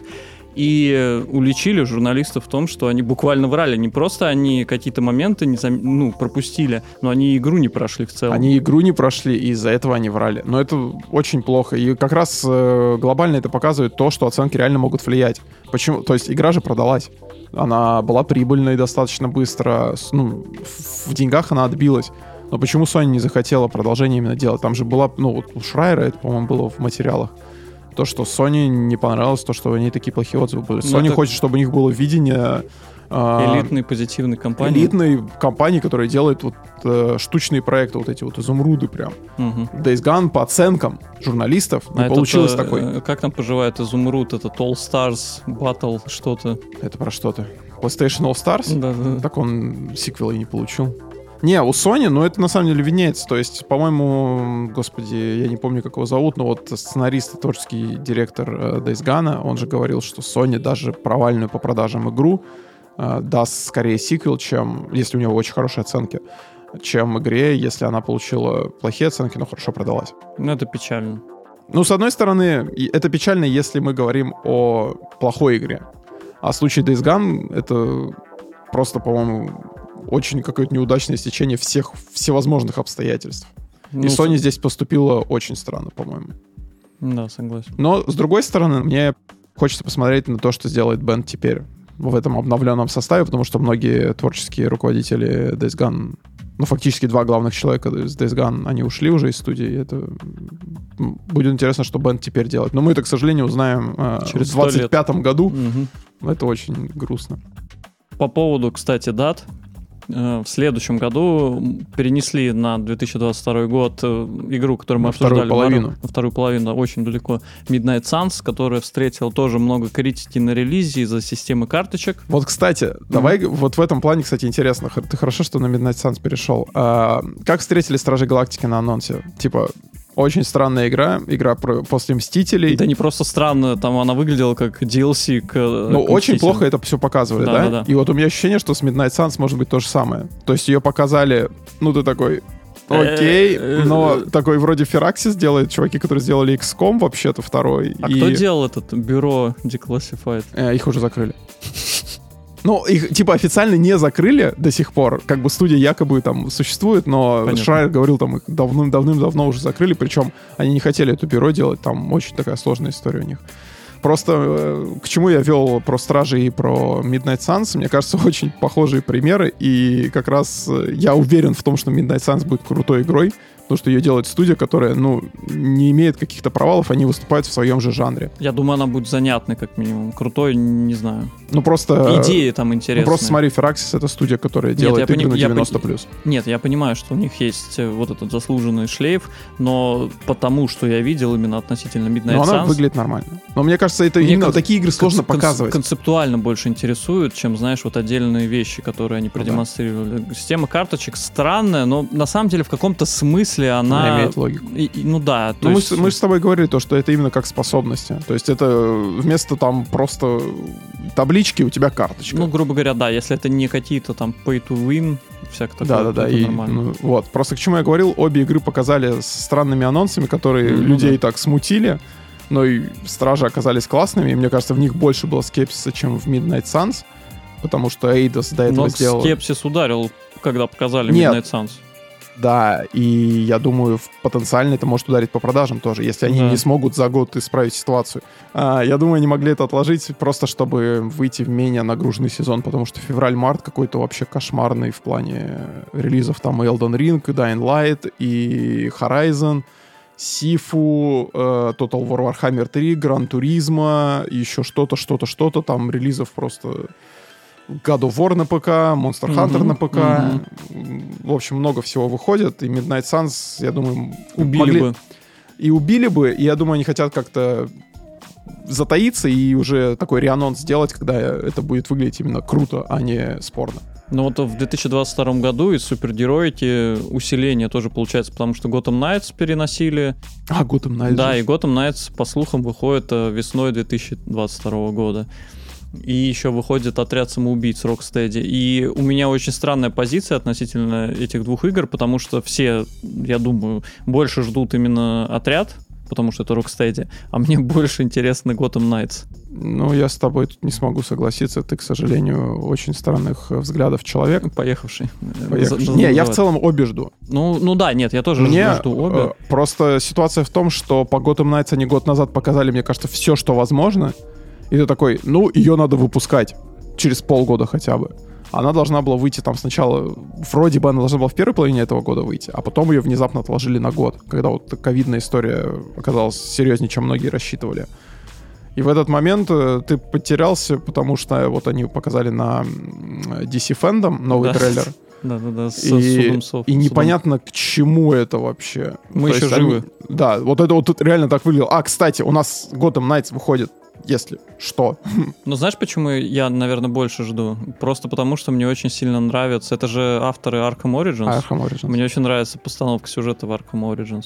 и уличили журналистов в том, что они буквально врали. Не просто они какие-то моменты не зам... ну, пропустили, но они игру не прошли в целом. Они игру не прошли, и из-за этого они врали. Но это очень плохо. И как раз э, глобально это показывает то, что оценки реально могут влиять. Почему? То есть игра же продалась. Она была прибыльной достаточно быстро. С- Ну, в, в деньгах она отбилась. Но почему Sony не захотела продолжение именно делать? Там же была, ну, вот у Шрайера это, по-моему, было в материалах. То, что Sony не понравилось, то, что у ней такие плохие отзывы были. Ну, Sony это- хочет, чтобы у них было видение... э, Элитной, позитивной компании. элитной компании, которая делает вот э, штучные проекты, вот эти вот изумруды прям. Мгм. Days Gone по оценкам журналистов А не этот, получилось э, такой. Как там поживает Изумруд? Это All Stars Battle что-то. Это про что-то? PlayStation All Stars? Да, да. Так он сиквела и не получил. Не, у Sony, ну это на самом деле виднеется. То есть, по-моему, господи, я не помню, как его зовут, но вот сценарист и творческий директор э, Days Gone, он же говорил, что Sony даже провальную по продажам игру э, даст скорее сиквел, чем, если у него очень хорошие оценки, чем игре, если она получила плохие оценки, но хорошо продалась. Ну, это печально. Ну, с одной стороны, и это печально, если мы говорим о плохой игре. А в случае Days Gone это просто, по-моему, очень какое-то неудачное стечение всех всевозможных обстоятельств. Ну, И с- Sony здесь поступила очень странно, по-моему. Да, согласен. Но, с другой стороны, мне хочется посмотреть на то, что сделает Bend теперь в этом обновленном составе, потому что многие творческие руководители Days Gone, ну, фактически два главных человека из Days Gone, они ушли уже из студии. и Это м, будет интересно, что Bend теперь делает. Но мы это, к сожалению, узнаем э, Через в сто лет. двадцать пятом году. Мгм. Это очень грустно. По поводу, кстати, дат. э, В следующем году перенесли на две тысячи двадцать второй год э, игру, которую мы На вторую обсуждали. половину. На вторую половину, да, очень далеко. Midnight Suns, которая встретила тоже много критики на релизе из-за системы карточек. Вот, кстати, давай вот в этом плане, кстати, интересно. Х- Ты хорошо, что на Midnight Suns перешел. А, как встретили Стражи Галактики на анонсе? Типа, очень странная игра. Игра про- после Мстителей. Да не просто странно, там она выглядела как ди эл си к... Ну, к очень Мстителям. плохо это все показывали, да? Да, да, да. И вот у меня ощущение, что с Midnight Suns может быть то же самое. То есть ее показали, ну, ты такой... Окей, Э, но э, такой вроде Firaxis делает, чуваки, которые сделали икс ком вообще-то второй. А и, кто делал этот бюро Declassified? э, их уже закрыли. Ну, их, типа, официально не закрыли до сих пор. Как бы студия якобы там существует, но Понятно. Шрайер говорил, там их давным, давным-давно уже закрыли, причем они не хотели эту бюро делать, там очень такая сложная история у них. Просто э, к чему я вел про Стражи и про Midnight Suns, мне кажется, очень похожие примеры, и как раз э, я уверен в том, что Midnight Suns будет крутой игрой, потому что ее делает студия, которая, ну, не имеет каких-то провалов, они выступают в своем же жанре. Я думаю, она будет занятной, как минимум. Крутой, не знаю. Ну, просто... Идеи там интересные. Ну, просто смотри, Firaxis — это студия, которая делает Нет, игры поним... на девяносто плюс. Я... Нет, я понимаю, что у них есть вот этот заслуженный шлейф, но потому, что я видел именно относительно Midnight Suns... Но она выглядит нормально. Но мне кажется, это мне именно кон... такие игры сложно кон... показывать. Концептуально больше интересуют, чем, знаешь, вот отдельные вещи, которые они продемонстрировали. Да. Система карточек странная, но на самом деле в каком-то смысле она... она имеет логику. И, и, ну да. То есть... мы, мы же с тобой говорили то, что это именно как способности. То есть это вместо там просто таблички у тебя карточка. Ну, грубо говоря, да, если это не какие-то там pay to win, всякое такое, да, да, да, и, ну, вот. Просто к чему я говорил, обе игры показали с странными анонсами, которые mm-hmm. людей так смутили, но и Стражи оказались классными, и мне кажется, в них больше было скепсиса, чем в Midnight Suns, потому что Eidos до этого но сделал... скепсис ударил, когда показали Нет. Midnight Suns. Да, и я думаю, потенциально это может ударить по продажам тоже, если они да. не смогут за год исправить ситуацию. А, я думаю, они могли это отложить просто, чтобы выйти в менее нагруженный сезон, потому что февраль-март какой-то вообще кошмарный в плане релизов. Там и Elden Ring, и Dying Light, и Horizon, Сифу, э, Total War Warhammer три, Gran Turismo, еще что-то, что-то, что-то. Там релизов просто... God of War на ПК, Monster Hunter mm-hmm. на ПК. Mm-hmm. В общем, много всего выходит. И Midnight Suns, я думаю... Убили могли... бы. И убили бы. И я думаю, они хотят как-то затаиться и уже такой реанонс сделать, когда это будет выглядеть именно круто, а не спорно. Ну вот в две тысячи двадцать втором году из супергероики усиление тоже получается, потому что Gotham Knights переносили. А, Gotham Knights. Да, и Gotham Knights, по слухам, выходит весной две тысячи двадцать второго года. И еще выходит Отряд самоубийц Rocksteady. И у меня очень странная позиция относительно этих двух игр, потому что все, я думаю, больше ждут именно Отряд, потому что это Rocksteady, а мне больше интересно Gotham Knights. Ну, я с тобой тут не смогу согласиться. Ты, к сожалению, очень странных взглядов человек. Поехавший. Поехавший. За, не, я в целом обе жду. Ну, ну да, нет, я тоже мне, жду обе. Э, просто ситуация в том, что по Gotham Knights они год назад показали, мне кажется, все, что возможно. И ты такой, ну, ее надо выпускать через полгода хотя бы. Она должна была выйти там сначала, вроде бы она должна была в первой половине этого года выйти, а потом ее внезапно отложили на год, когда вот ковидная история оказалась серьезнее, чем многие рассчитывали. И в этот момент ты потерялся, потому что вот они показали на ди си Fandom новый да. трейлер. Да-да-да, с и, судом сов. И непонятно, к чему это вообще. Мы То еще живы. Они, да, вот это вот реально так выглядело. А, кстати, у нас Gotham Knights выходит, если что. Ну, знаешь, почему я, наверное, больше жду? Просто потому, что мне очень сильно нравится. Это же авторы Arkham Origins. Arkham Origins. Мне очень нравится постановка сюжета в Arkham Origins.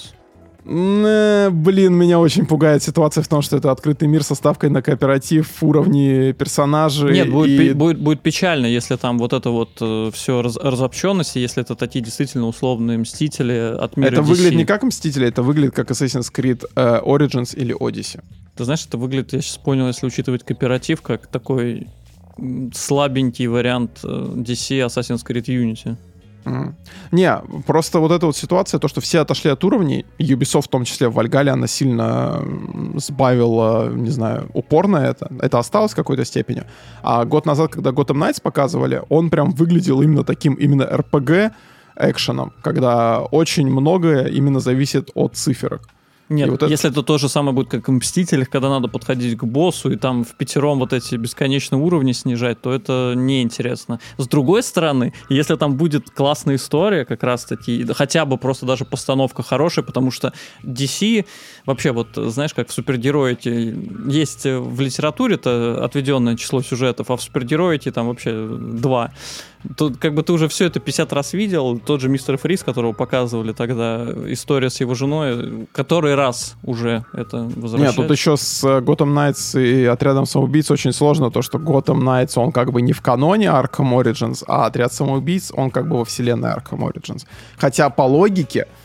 Э, блин, меня очень пугает ситуация в том, что это открытый мир со ставкой на кооператив, уровни персонажей. Нет, будет, и... пи- будет, будет печально, если там вот это вот э, все раз, разобщенность, если это такие действительно условные Мстители от мира Это ди си. выглядит не как Мстители, это выглядит как Assassin's Creed э, Origins или Odyssey. Ты знаешь, это выглядит, я сейчас понял, если учитывать кооператив, как такой слабенький вариант э, ди си Assassin's Creed Unity. Mm. Не, просто вот эта вот ситуация, то, что все отошли от уровней, Ubisoft в том числе в Valhalla, она сильно сбавила, не знаю, упор на это. Это осталось в какой-то степени. А год назад, когда Gotham Knights показывали, он прям выглядел именно таким, именно эр пи джи экшеном, когда очень многое именно зависит от циферок. Нет, вот если это... это то же самое будет, как в «Мстителях», когда надо подходить к боссу и там в пятером вот эти бесконечные уровни снижать, то это неинтересно. С другой стороны, если там будет классная история, как раз-таки, хотя бы просто даже постановка хорошая, потому что ди си, вообще вот, знаешь, как в «Супергероике», есть в литературе-то отведенное число сюжетов, а в «Супергероике» там вообще два. Тут как бы ты уже все это пятьдесят раз видел. Тот же мистер Фриз, которого показывали тогда, история с его женой, который раз уже это возвращает. Нет, тут еще с Gotham Knights и Отрядом самоубийц очень сложно то, что Gotham Knights, он как бы не в каноне Arkham Origins, а Отряд самоубийц, он как бы во вселенной Arkham Origins. Хотя по логике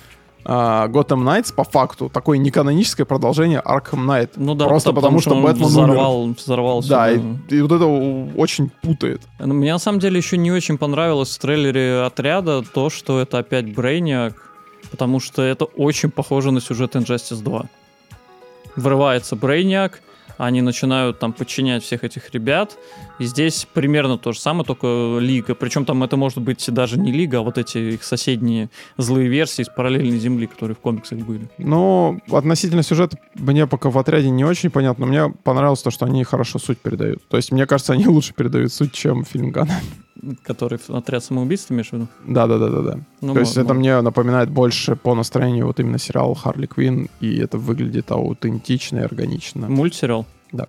а, Gotham Knights по факту такое неканоническое продолжение Arkham Knight. Ну да, просто потому, потому что, что Бэтмен взорвал, умер. взорвался. Да, Да. и, и вот это очень путает. Мне на самом деле еще не очень понравилось в трейлере Отряда то, что это опять Брейниак, потому что это очень похоже на сюжет Injustice два. Врывается Брейниак, они начинают там подчинять всех этих ребят, и здесь примерно то же самое, только Лига. Причем там это может быть даже не Лига, а вот эти их соседние злые версии из параллельной Земли, которые в комиксах были. Ну, относительно сюжета мне пока в Отряде не очень понятно, но мне понравилось то, что они хорошо суть передают. То есть, мне кажется, они лучше передают суть, чем фильм Ганна. Который Отряд самоубийств, имеешь в виду? Да-да-да-да. Ну, То есть может, это может. мне напоминает больше по настроению вот именно сериал Харли Квинн, и это выглядит аутентично и органично. Мультсериал? Да.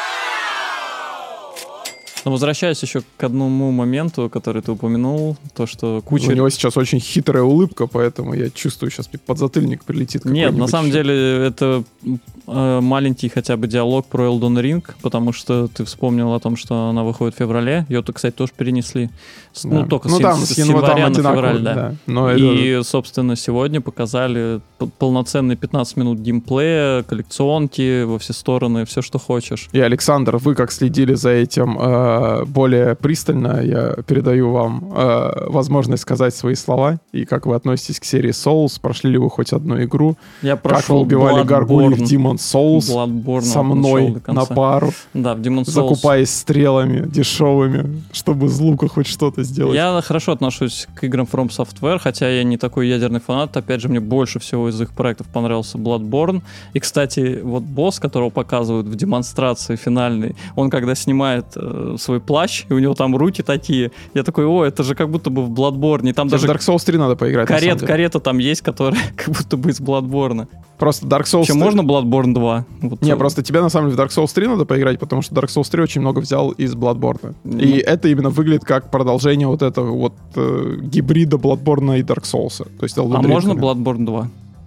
Но возвращаясь еще к одному моменту, который ты упомянул, то, что куча... У него сейчас очень хитрая улыбка, поэтому я чувствую, сейчас подзатыльник прилетит. Нет, на самом какой-нибудь. деле это э, маленький хотя бы диалог про Elden Ring, потому что ты вспомнил о том, что она выходит в феврале. Ее-то, кстати, тоже перенесли. С- Да. Ну, только ну, с, там, с- с с января января на одинаково, февраль, да. да. Но это- И, собственно, сегодня показали п- полноценные пятнадцать минут геймплея, коллекционки во все стороны, все, что хочешь. И, Александр, вы как следили за этим э, более пристально, я передаю вам э, возможность сказать свои слова, и как вы относитесь к серии Souls, прошли ли вы хоть одну игру, Я как вы прошел убивали гаргулей в Bloodborne. Demon Souls Bloodborne со от начала мной до на конца. пару, Да, в Demon's Souls. закупаясь стрелами дешевыми, чтобы из лука хоть что-то сделать. Я хорошо отношусь к играм From Software, хотя я не такой ядерный фанат. Опять же, мне больше всего из их проектов понравился Bloodborne. И, кстати, вот босс, которого показывают в демонстрации финальной, он когда снимает э, свой плащ, и у него там руки такие, я такой, о, это же как будто бы в Bloodborne. И там Тебе даже в Dark Souls три надо поиграть, на самом карет, деле. карета там есть, которая как будто бы из Bloodborne. Просто Dark Souls Чем три- можно Bloodborne два? Вот, Не, э, просто тебе на самом деле в Dark Souls три надо поиграть, потому что Dark Souls три очень много взял из Bloodborne. Ну. И это именно выглядит как продолжение вот этого вот э, гибрида Bloodborne и Dark Souls. То есть Elden А Ring. можно Bloodborne два?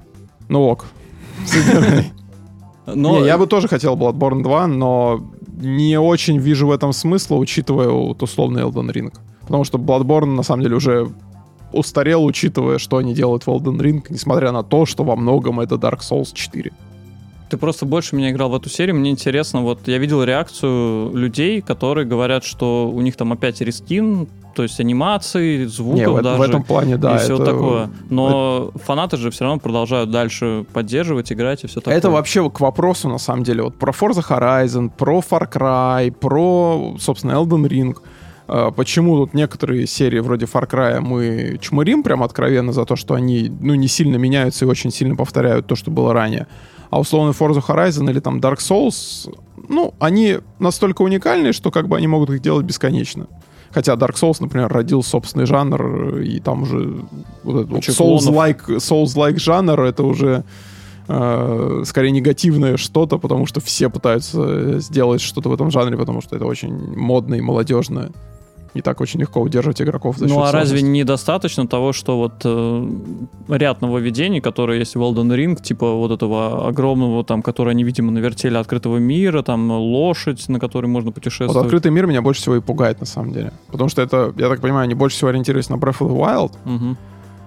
Ну ок. Супер. Но... Не, я бы тоже хотел Bloodborne два, но не очень вижу в этом смысла, учитывая вот условный Elden Ring. Потому что Bloodborne на самом деле уже устарел, учитывая, что они делают в Elden Ring, несмотря на то, что во многом это Dark Souls четыре. Ты просто больше меня играл в эту серию. Мне интересно, вот я видел реакцию людей, которые говорят, что у них там опять рескин, то есть анимации, звуков Не, в, даже. в этом плане, да. и все это- такое. Но фанаты же все равно продолжают дальше поддерживать, играть и все такое. Это вообще к вопросу, на самом деле, вот про Forza Horizon, про Far Cry, про, собственно, Elden Ring. Э, Почему тут некоторые серии вроде Far Cry мы чмырим прям откровенно за то, что они, ну, не сильно меняются и очень сильно повторяют то, что было ранее. А условно Forza Horizon или там Dark Souls, ну, они настолько уникальные, что как бы они могут их делать бесконечно. Хотя Dark Souls, например, родил собственный жанр, и там уже вот этот вот Куча клонов. Souls-like, Souls-like жанр, это уже э, скорее негативное что-то, потому что все пытаются сделать что-то в этом жанре, потому что это очень модно и молодежно. И так очень легко удерживать игроков за счет Ну а разве сложности. недостаточно того, что вот э, ряд нововведений, которые есть в Elden Ring, типа вот этого огромного, там, который они, видимо, навертели открытого мира, там лошадь, на которой можно путешествовать. Вот открытый мир меня больше всего и пугает, на самом деле. Потому что это, я так понимаю, они больше всего ориентируются на Breath of the Wild, Мгм.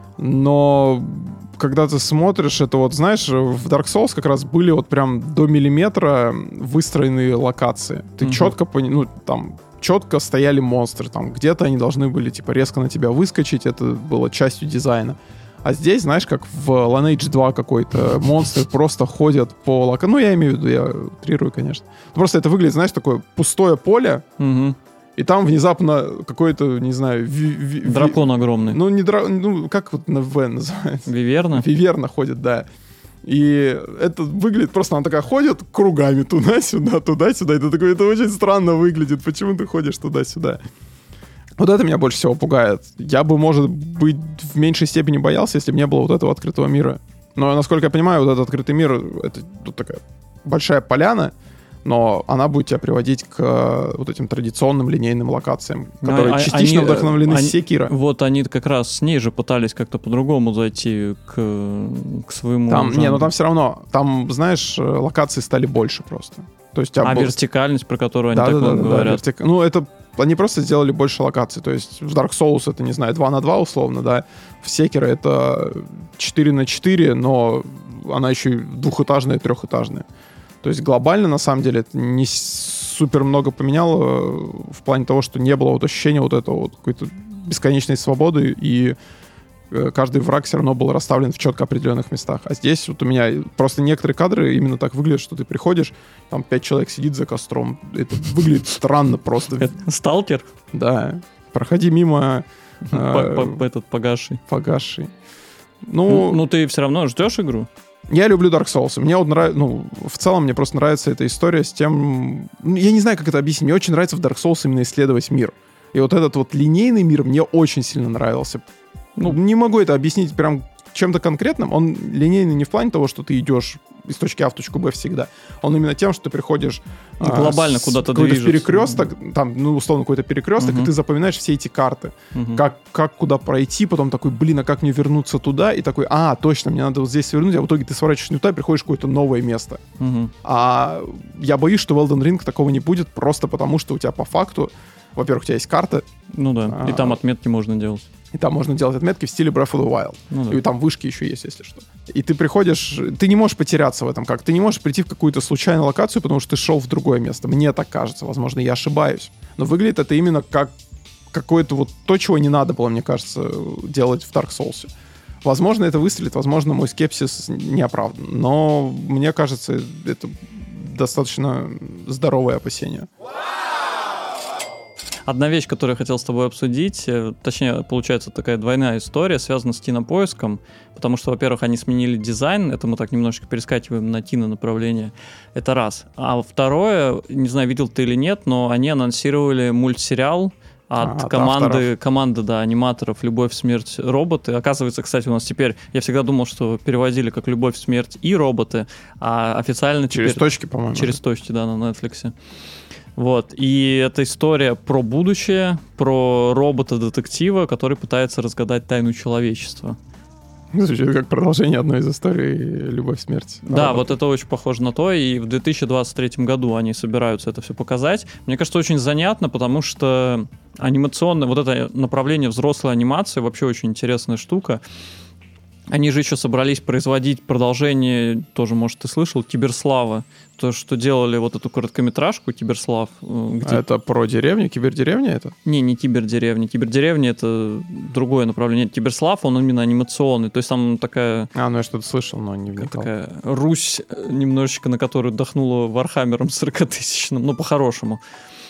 но когда ты смотришь, это вот, знаешь, в Dark Souls как раз были вот прям до миллиметра выстроенные локации. Ты Мгм. четко, пони- ну, там, четко стояли монстры, там, где-то они должны были, типа, резко на тебя выскочить, это было частью дизайна. А здесь, знаешь, как в Lineage два какой-то, монстры просто ходят по локации. Ну, я имею в виду, я утрирую, конечно. Просто это выглядит, знаешь, такое пустое поле, Мгм. и там внезапно какой-то, не знаю, ви- ви- ви- Дракон огромный. Ну, не дра... ну, как вот на В называется? Виверна? Виверна ходит, да. И это выглядит просто, она такая ходит кругами туда-сюда, туда-сюда. И ты такой, это очень странно выглядит. Почему ты ходишь туда-сюда? Вот это меня больше всего пугает. Я бы, может быть, в меньшей степени боялся, если бы не было вот этого открытого мира. Но, насколько я понимаю, вот этот открытый мир, это тут такая большая поляна, но она будет тебя приводить к э, вот этим традиционным линейным локациям, которые А- частично они, вдохновлены они- Секиро. Вот они как раз с ней же пытались как-то по-другому зайти к, к своему Там, не, жанру. ну там все равно, там, знаешь, э, локации стали больше просто. То есть, у тебя А был- вертикальность, про которую они Да, так да, да, много да, говорят. вертик- Ну, это они просто сделали больше локаций. То есть в Dark Souls это, не знаю, два на два условно, да. В Sekiro это четыре на четыре, но она еще и двухэтажная и трехэтажная. То есть глобально, на самом деле, это не супер много поменяло в плане того, что не было вот ощущения вот этого вот какой-то бесконечной свободы, и каждый враг все равно был расставлен в четко определенных местах. А здесь вот у меня просто некоторые кадры именно так выглядят, что ты приходишь, там пять человек сидит за костром. Это выглядит странно просто. Сталкер? Да. Проходи мимо... Этот погасший. Погасший. Ну, ну, ты все равно ждешь игру? Я люблю Dark Souls. Мне вот нравится, ну, в целом мне просто нравится эта история с тем... Я не знаю, как это объяснить. Мне очень нравится в Dark Souls именно исследовать мир. И вот этот вот линейный мир мне очень сильно нравился. Ну, не могу это объяснить прям чем-то конкретным. Он линейный не в плане того, что ты идешь из точки А в точку Б всегда. Он именно тем, что ты приходишь... Глобально а, куда-то движешься. Перекресток, там, ну, условно, какой-то перекресток, uh-huh. и ты запоминаешь все эти карты. Uh-huh. Как, как куда пройти, потом такой, блин, а как мне вернуться туда? И такой, а, точно, мне надо вот здесь свернуть, а в итоге ты сворачиваешь не туда и приходишь в какое-то новое место. Uh-huh. А я боюсь, что в Elden Ring такого не будет, просто потому что у тебя по факту, во-первых, у тебя есть карта. Ну да, а, и там отметки можно делать. И там можно делать отметки в стиле Breath of the Wild. Ну, да. И там вышки еще есть, если что. И ты приходишь... Ты не можешь потеряться в этом как. Ты не можешь прийти в какую-то случайную локацию, потому что ты шел в другое место. Мне так кажется. Возможно, я ошибаюсь. Но выглядит это именно как какое-то вот то, чего не надо было, мне кажется, делать в Dark Souls. Возможно, это выстрелит. Возможно, мой скепсис не оправдан. Но мне кажется, это достаточно здоровое опасение. Одна вещь, которую я хотел с тобой обсудить, точнее, получается такая двойная история, связана с Тинопоиском, потому что, во-первых, они сменили дизайн, это мы так немножечко перескакиваем на Тино направление, это раз. А второе, не знаю, видел ты или нет, но они анонсировали мультсериал от а, команды, команды, да, аниматоров «Любовь, смерть, роботы». Оказывается, кстати, у нас теперь, я всегда думал, что переводили как «Любовь, смерть и роботы», а официально теперь... Через точки, по-моему. Через точки, да, на Netflix. Вот, и это история про будущее, про робота-детектива, который пытается разгадать тайну человечества. Звучит как продолжение одной из историй «Любовь, смерть». Да, робота. Вот это очень похоже на то, и в две тысячи двадцать третьем году они собираются это все показать. Мне кажется, очень занятно, потому что анимационное, вот это направление взрослой анимации вообще очень интересная штука. Они же еще собрались производить продолжение, тоже, может, ты слышал, Киберслава. То, что делали вот эту короткометражку Киберслав. Где... А это про деревню? Кибердеревня это? Не, не Кибердеревня. Кибердеревня — это другое направление. Киберслав, он именно анимационный. То есть там такая... А, ну я что-то слышал, но не вникал. Такая Русь немножечко, на которую дохнула Вархаммером сорокатысячным, ну, по-хорошему.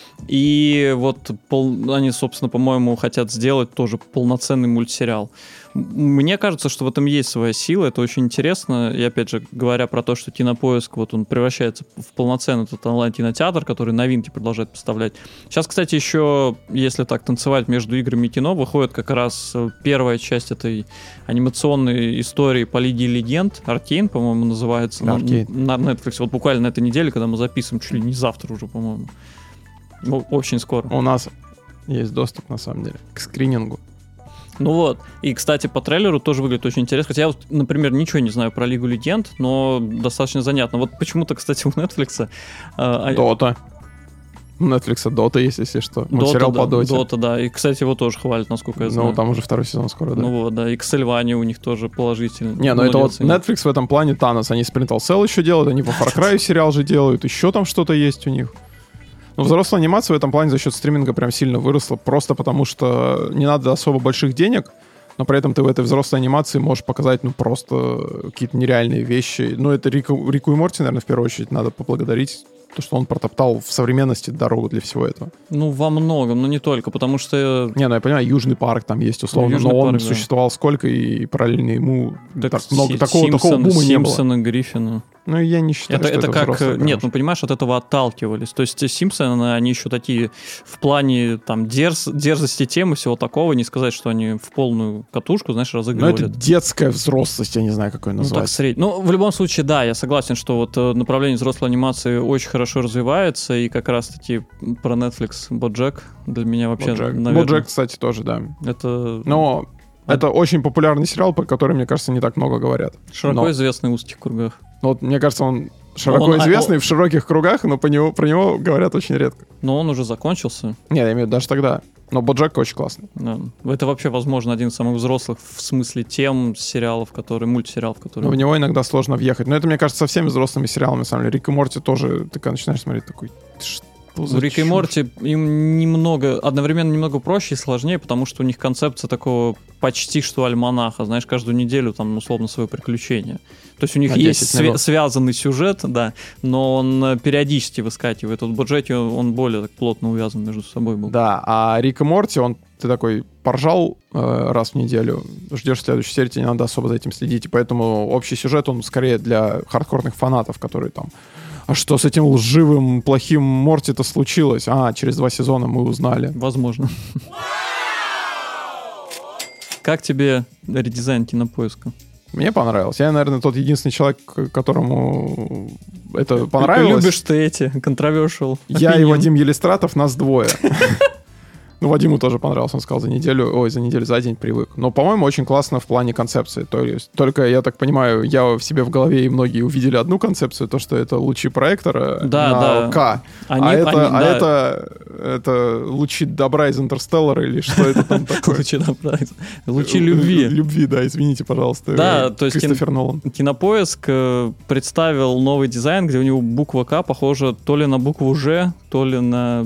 И вот пол, они, собственно, по-моему, хотят сделать тоже полноценный мультсериал. Мне кажется, что в этом есть своя сила, это очень интересно. И опять же, говоря про то, что Кинопоиск, вот он превращается в полноценный этот онлайн-кинотеатр, который новинки продолжает поставлять. Сейчас, кстати, еще, если так танцевать между играми и кино, выходит как раз первая часть этой анимационной истории по Лиге Легенд. Аркейн, по-моему, называется. На, на Netflix. Вот буквально на этой неделе, когда мы записываем, чуть ли не завтра уже, по-моему. Ну, очень скоро. У нас есть доступ, на самом деле, к скринингу. Ну вот. И, кстати, по трейлеру тоже выглядит очень интересно. Хотя я, вот, например, ничего не знаю про Лигу Легенд, но достаточно занятно. Вот почему-то, кстати, у Netflix... Дота. У Netflix Дота есть, если что. Мультсериал по Доте. Дота, да. И, кстати, его тоже хвалят, насколько я знаю. Ну, там уже второй сезон скоро, да. Ну вот, да. И Castlevania у них тоже положительный. Не, ну это вот Netflix в этом плане Танос. Они Splinter Cell еще делают, они по Far Cry сериал же делают, еще там что-то есть у них. Ну, взрослая анимация в этом плане за счет стриминга прям сильно выросла, просто потому что не надо особо больших денег, но при этом ты в этой взрослой анимации можешь показать, ну, просто какие-то нереальные вещи. Ну, это Рику, Рику и Морти, наверное, в первую очередь надо поблагодарить, то, что он протоптал в современности дорогу для всего этого. Ну, во многом, но не только, потому что... Не, ну я понимаю, Южный парк там есть, условно, ну, но он парк, существовал да. сколько, и параллельно ему так так много, такого, Симпсон, такого бума не было. Симпсоны, Гриффины. Ну, я не считаю, это, что это, это как... Нет, ну, понимаешь, от этого отталкивались. То есть Симпсоны, они еще такие в плане там дерз... дерзости темы, всего такого, не сказать, что они в полную катушку, знаешь, разыгрывали. Ну, это детская взрослость, я не знаю, как ее назвать. Ну, так средь. Ну, в любом случае, да, я согласен, что вот направление взрослой анимации очень хорошо развивается, и как раз-таки про Netflix BoJack для меня вообще, BoJack. наверное... BoJack, кстати, тоже, да. Это... Но... Это очень популярный сериал, про который, мне кажется, не так много говорят. Широко Но... известный в узких кругах. Вот, мне кажется, он широко Он- а, известный он- в широких кругах, но по него, про него говорят очень редко. Но он уже закончился. Не, я имею в виду даже тогда. Но Боджек очень классный. Да. Это вообще, возможно, один из самых взрослых в смысле тем сериалов, которые, мультсериалов, которые... Но в него иногда сложно въехать. Но это, мне кажется, со всеми взрослыми сериалами, на самом деле. Рик и Морти тоже, ты когда начинаешь смотреть, такой... Что за У Рика и чушь? Морти им немного, одновременно немного проще и сложнее, потому что у них концепция такого почти что альманаха, знаешь, каждую неделю там условно свое приключение. То есть у них На есть десять свя- минут. связанный сюжет, да, но он э, периодически выскакивает. Вот в Боджеке он более так плотно увязан между собой был. Да, а Рик и Морти, он, ты такой поржал э, раз в неделю, ждешь следующей серии, тебе не надо особо за этим следить, и поэтому общий сюжет, он скорее для хардкорных фанатов, которые там... А что с этим лживым, плохим Морти-то случилось? А, через два сезона мы узнали. Возможно. Как тебе редизайн Кинопоиска? Мне понравилось. Я, наверное, тот единственный человек, которому это понравилось. Любишь ты эти, controversial Я и opinion. Вадим Елистратов, нас двое. Ну, Вадиму тоже понравился, он сказал, за неделю, ой, за неделю, за день привык. Но, по-моему, очень классно в плане концепции. То есть, только, я так понимаю, я в себе в голове, и многие увидели одну концепцию, то, что это лучи проектора Да, на да. К. Они- а это, они, а да. это, это лучи добра из Интерстеллара, или что это там такое? Лучи добра. Лучи любви. Любви, да, извините, пожалуйста. Да, э, то есть Кристофер Нолан. Кинопоиск э, представил новый дизайн, где у него буква К похожа то ли на букву Ж, то ли на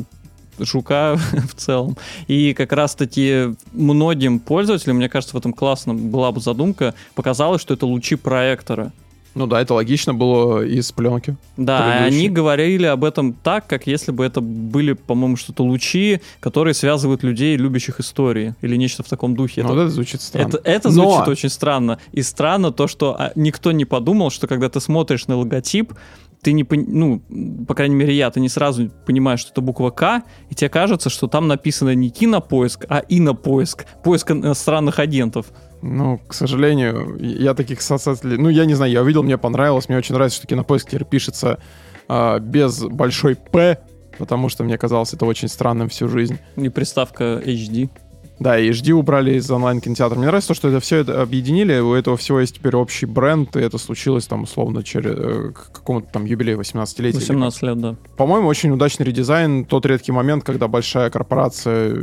жука в целом. И как раз-таки многим пользователям, мне кажется, в этом классно была бы задумка, показалось, что это лучи проектора. Ну да, это логично было из пленки. Да, и Предыдущий. они говорили об этом так, как если бы это были, по-моему, что-то лучи, которые связывают людей, любящих истории, или нечто в таком духе. Ну, Это- вот это звучит странно. Это, это Но- звучит очень странно. И странно то, что а, никто не подумал, что когда ты смотришь на логотип, ты не, пон- ну, по крайней мере, я, ты не сразу понимаешь, что это буква К, и тебе кажется, что там написано не Кинопоиск, а Инопоиск, поиск иностранных агентов. Ну, к сожалению, я таких создателей... Ну, я не знаю, я увидел, мне понравилось. Мне очень нравится, что Кинопоиск теперь пишется а, без большой «П», потому что мне казалось это очень странным всю жизнь. И приставка эйч ди. Да, и эйч ди убрали из онлайн-кинотеатра. Мне нравится то, что это все это объединили, у этого всего есть теперь общий бренд, и это случилось там условно через э, к какому-то там юбилею восемнадцатилетия. или восемнадцать лет, да. По-моему, очень удачный редизайн. Тот редкий момент, когда большая корпорация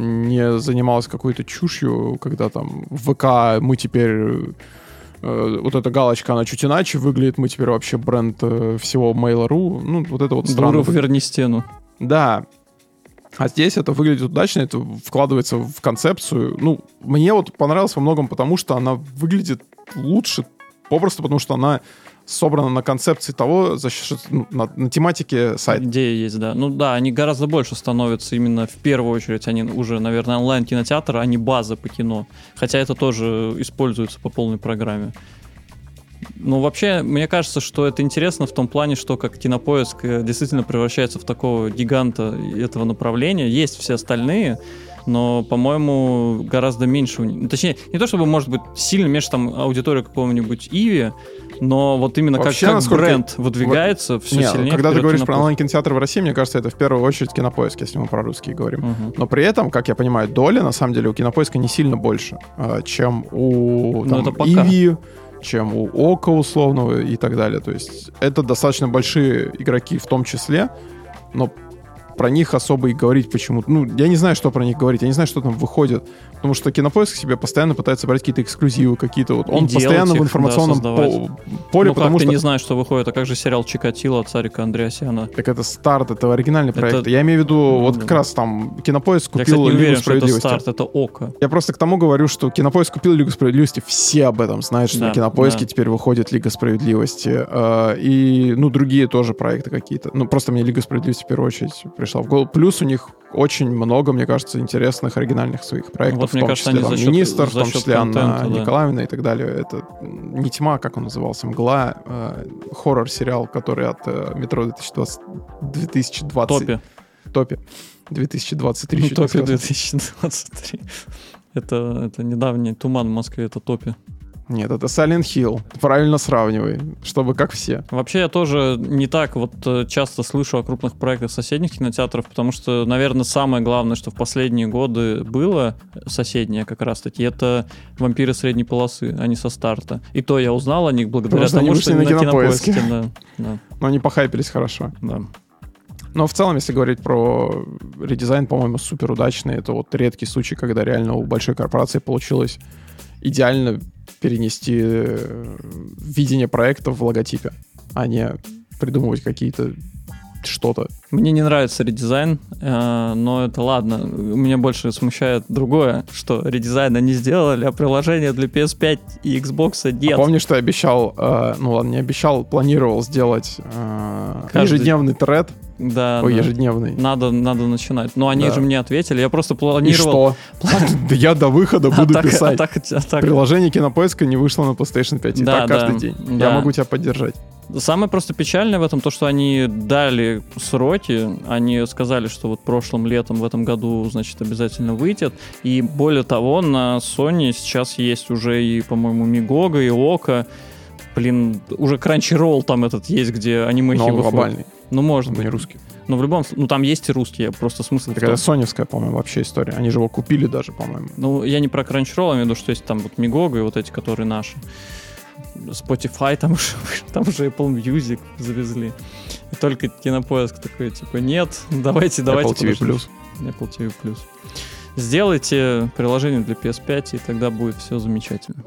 не занималась какой-то чушью, когда там в ВК мы теперь... э, вот эта галочка, она чуть иначе выглядит, мы теперь вообще бренд э, всего Mail.ru. Ну, вот это вот странно. Дуров, выглядит. верни стену. Да. А здесь это выглядит удачно, это вкладывается в концепцию. Ну, мне вот понравилось во многом потому, что она выглядит лучше, попросту потому, что она собрана на концепции того, за счет, ну, на, на тематике сайта. Идея есть, да. Ну да, они гораздо больше становятся именно в первую очередь, они уже, наверное, онлайн-кинотеатр, а не база по кино. Хотя это тоже используется по полной программе. Ну, вообще, мне кажется, что это интересно в том плане, что как Кинопоиск э, действительно превращается в такого гиганта этого направления. Есть все остальные, но, по-моему, гораздо меньше. у них- Ну, точнее, не то чтобы, может быть, сильно меньше там аудитория какого-нибудь Иви, но вот именно как, Вообще, как насколько- бренд выдвигается, все Не, сильнее. когда ты вперед говоришь про Кинопоиск. онлайн-кинотеатр в России, мне кажется, это в первую очередь Кинопоиск, если мы про русские говорим. Мгм. Но при этом, как я понимаю, доля, на самом деле, у Кинопоиска не сильно больше, а, чем у Ну, там, это пока. Иви, чем у Ока условного и так далее. То есть это достаточно большие игроки в том числе, но про них особо и говорить почему-то. Ну, я не знаю, что про них говорить, я не знаю, что там выходит. Потому что Кинопоиск себе постоянно пытается брать какие-то эксклюзивы, какие-то вот. И Он делать постоянно их, в да, информационном создавать. по- поле, Ну, потому как ты что... не знаешь, что выходит, а как же сериал «Чикатило» от Царика Андреасяна? Так это старт, это оригинальный Это- проект. Я имею в виду, Ну, вот да. как раз там Кинопоиск Я, купил кстати, не Лигу уверен, что это Справедливости. старт, это Око. Я просто к тому говорю, что Кинопоиск купил Лигу Справедливости, все об этом знают, что Да, на Кинопоиске да. теперь выходит Лига Справедливости. э, И, ну, другие тоже проекты какие-то. Ну, просто мне Лига Справедливости в первую очередь пришла в голову. Плюс у них очень много, мне кажется, интересных, оригинальных своих проектов. Вот, в мне том кажется, числе они там, за счет- Министр, в за том счет числе Анна контента, да. Николаевна и так далее. Это не «Тьма», как он назывался, «Мгла», э, хоррор-сериал, который от э, «Метро две тысячи двадцать». две тысячи двадцать Топе. Топе. две тысячи двадцать три. Ну, чуть не Топе сказал. две тысячи двадцать три. Это, это недавний туман в Москве, это Топе. Нет, это Silent Hill. Правильно сравнивай, чтобы как все. Вообще я тоже не так вот часто слышу о крупных проектах соседних кинотеатров, потому что, наверное, самое главное, что в последние годы было соседнее как раз-таки, это «Вампиры средней полосы», а не со старта. И то я узнал о них благодаря Просто тому, что на на Кинопоиске. Кинопоиске. Да, да. Но они похайпились хорошо. Да. Но в целом, если говорить про редизайн, по-моему, супер удачный. Это вот редкий случай, когда реально у большой корпорации получилось идеально перенести видение проекта в логотипе, а не придумывать какие-то что-то. Мне не нравится редизайн, э, но это ладно. Меня больше смущает другое, что редизайн они сделали, а приложение для пи эс пять и Xbox нет. А помнишь, что я обещал, э, ну ладно, не обещал, планировал сделать э, Каждый... ежедневный тред. Да, Ой, да. ежедневный. Надо, надо начинать. Но они Да. же мне ответили. Я просто планировал... И что? Да я до выхода буду А так- писать. а так- а так- Приложение Кинопоиска не вышло на PlayStation пять. И Да, так каждый да, день. да. Я могу тебя поддержать. Самое просто печальное в этом то, что они дали сроки. Они сказали, что вот прошлым летом в этом году, значит, обязательно выйдет. И более того, на Sony сейчас есть уже и, по-моему, Мигога, и Ока. Блин, уже Crunchyroll там этот есть, где анимехи Но он выходят. глобальный, Ну, может он быть. не русский. Но в любом случае, ну там есть и русские, просто смысл в Так том- это соневская, по-моему, вообще история. Они же его купили даже, по-моему. Ну, я не про Crunchyroll, я имею в виду, что есть там вот Мигога и вот эти, которые наши. Spotify, там уже, там уже Apple Music завезли. И только Кинопоиск такой, типа, нет, давайте, давайте. Apple ти ви подождите. Plus. Apple ти ви Plus. Сделайте приложение для пи эс пять, и тогда будет все замечательно.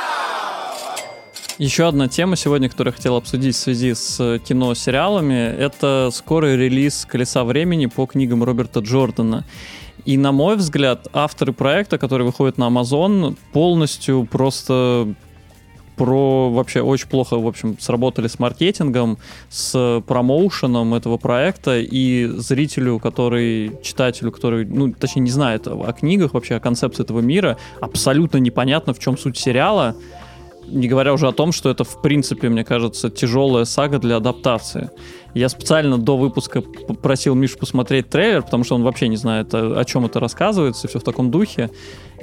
Еще одна тема сегодня, которую я хотел обсудить в связи с кино-сериалами, это скорый релиз «Колеса времени» по книгам Роберта Джордана. И, на мой взгляд, авторы проекта, который выходит на Amazon, полностью просто про вообще очень плохо, в общем, сработали с маркетингом, с промоушеном этого проекта, и зрителю, который, читателю, который, ну, точнее, не знает о книгах, вообще о концепции этого мира, абсолютно непонятно, в чем суть сериала. Не говоря уже о том, что это, в принципе, мне кажется, тяжелая сага для адаптации. Я специально до выпуска попросил Мишу посмотреть трейлер, потому что он вообще не знает, о, о чем это рассказывается, все в таком духе.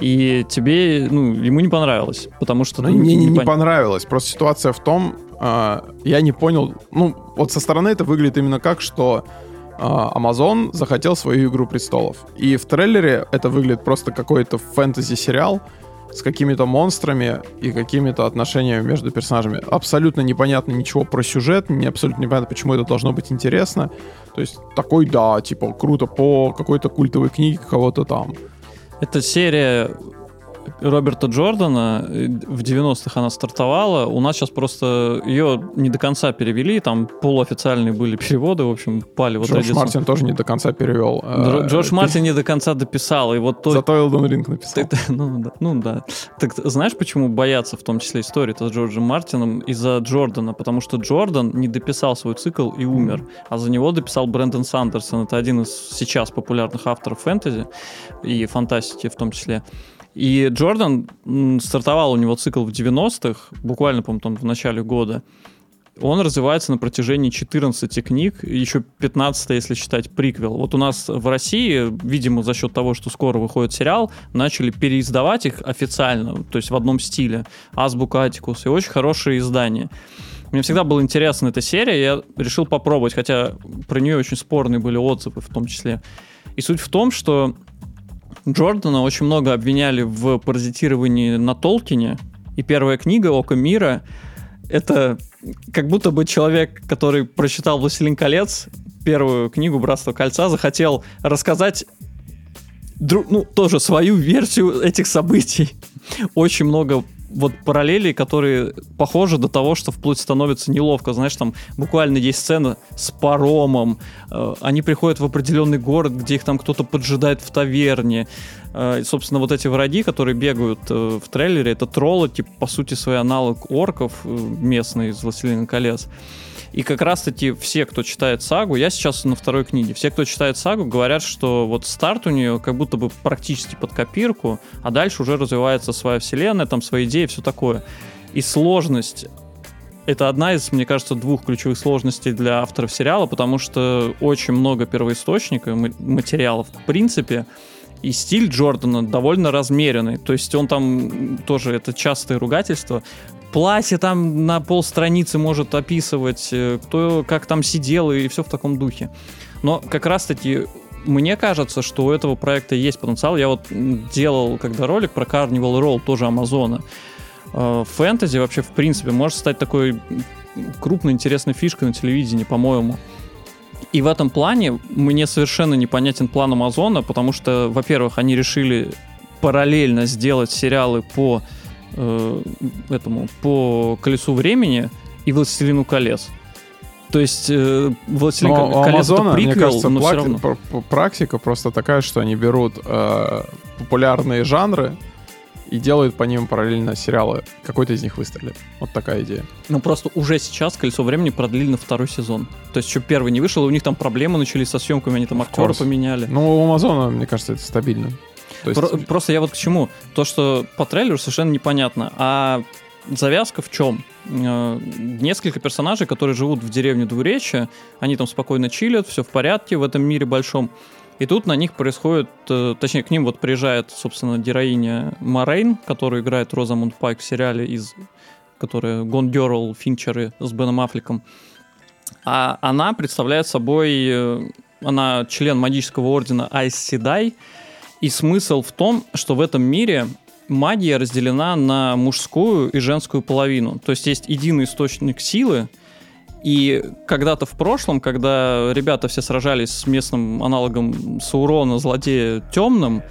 И тебе, ну, ему не понравилось, потому что... Ну, ты мне не, не пон- понравилось. Просто ситуация в том, э, я не понял, ну, вот со стороны это выглядит именно как, что э, Amazon захотел свою «Игру престолов». И в трейлере это выглядит просто какой-то фэнтези-сериал с какими-то монстрами и какими-то отношениями между персонажами. Абсолютно непонятно ничего про сюжет, не абсолютно непонятно, почему это должно быть интересно. То есть такой, да, типа, круто по какой-то культовой книге кого-то там. Это серия Роберта Джордана, в девяностых она стартовала, у нас сейчас просто ее не до конца перевели, там полуофициальные были переводы, в общем, пали вот Джордж эти... Мартин тоже не до конца перевел. Др- Джордж Мартин не до конца дописал, и вот то... Зато Элден Ринг написал. Ты- ты- ну, да, ну да. Так знаешь, почему боятся в том числе истории-то с Джорджем Мартином из-за Джордана? Потому что Джордан не дописал свой цикл и умер, а за него дописал Брэндон Сандерсон. Это один из сейчас популярных авторов фэнтези и фантастики в том числе. И Джордан, м, стартовал у него цикл в девяностых, буквально, по-моему, там в начале года. Он развивается на протяжении четырнадцати книг, еще пятнадцать, если считать приквел. Вот у нас в России, видимо, за счет того, что скоро выходит сериал, начали переиздавать их официально, то есть в одном стиле. Азбука Атикус, и очень хорошие издания. Мне всегда была интересна эта серия, я решил попробовать, хотя про нее очень спорные были отзывы в том числе. И суть в том, что Джордана очень много обвиняли в паразитировании на Толкине, и первая книга «Око мира» — это как будто бы человек, который прочитал «Властелин колец», первую книгу «Братство кольца», захотел рассказать дру- ну, тоже свою версию этих событий. Очень много вот параллелей, которые похожи до того, что вплоть становится неловко. Знаешь, там буквально есть сцена с паромом. Э, они приходят в определенный город, где их там кто-то поджидает в таверне. Э, и, собственно, вот эти враги, которые бегают э, в трейлере, это троллы, типа, по сути, свой аналог орков э, местный из «Властелина колец». И как раз-таки все, кто читает сагу, я сейчас на второй книге, все, кто читает сагу, говорят, что вот старт у нее как будто бы практически под копирку, а дальше уже развивается своя вселенная, там свои идеи, все такое. И сложность — это одна из, мне кажется, двух ключевых сложностей для авторов сериала, потому что очень много первоисточников, материалов в принципе, И стиль Джордана довольно размеренный. То есть он там тоже, это частое ругательство. Платье там на полстраницы может описывать, кто как там сидел, и все в таком духе. Но как раз-таки мне кажется, что у этого проекта есть потенциал. Я вот делал когда ролик про Carnival Row, тоже Амазона. Фэнтези вообще, в принципе, может стать такой крупной интересной фишкой на телевидении, по-моему. И в этом плане мне совершенно непонятен план Амазона, потому что, во-первых, они решили параллельно сделать сериалы по э, этому, по «Колесу времени» и «Властелину колец». То есть э, «Властелин но колец» — это приквел, мне кажется, но плак... все равно. практика просто такая, что они берут э, популярные жанры и делают по ним параллельно сериалы. Какой-то из них выстрелит. Вот такая идея. Ну, просто уже сейчас «Колесо времени» продлили на второй сезон. То есть еще первый не вышел, и у них там проблемы начались со съемками, они там актера поменяли. Ну, у Амазона, мне кажется, это стабильно. То есть... Про- просто я вот к чему? То, что по трейлеру совершенно непонятно. А завязка в чем? Несколько персонажей, которые живут в деревне Двуречья, они там спокойно чилят, все в порядке в этом мире большом. И тут на них происходит, точнее, к ним вот приезжает, собственно, героиня Морейн, которую играет Розамунд Пайк в сериале, из, которая Gone Girl, Финчеры с Беном Аффлеком. А она представляет собой, она член магического ордена Айс Седай, и смысл в том, что в этом мире магия разделена на мужскую и женскую половину. То есть есть единый источник силы, и когда-то в прошлом, когда ребята все сражались с местным аналогом Саурона, злодея темным,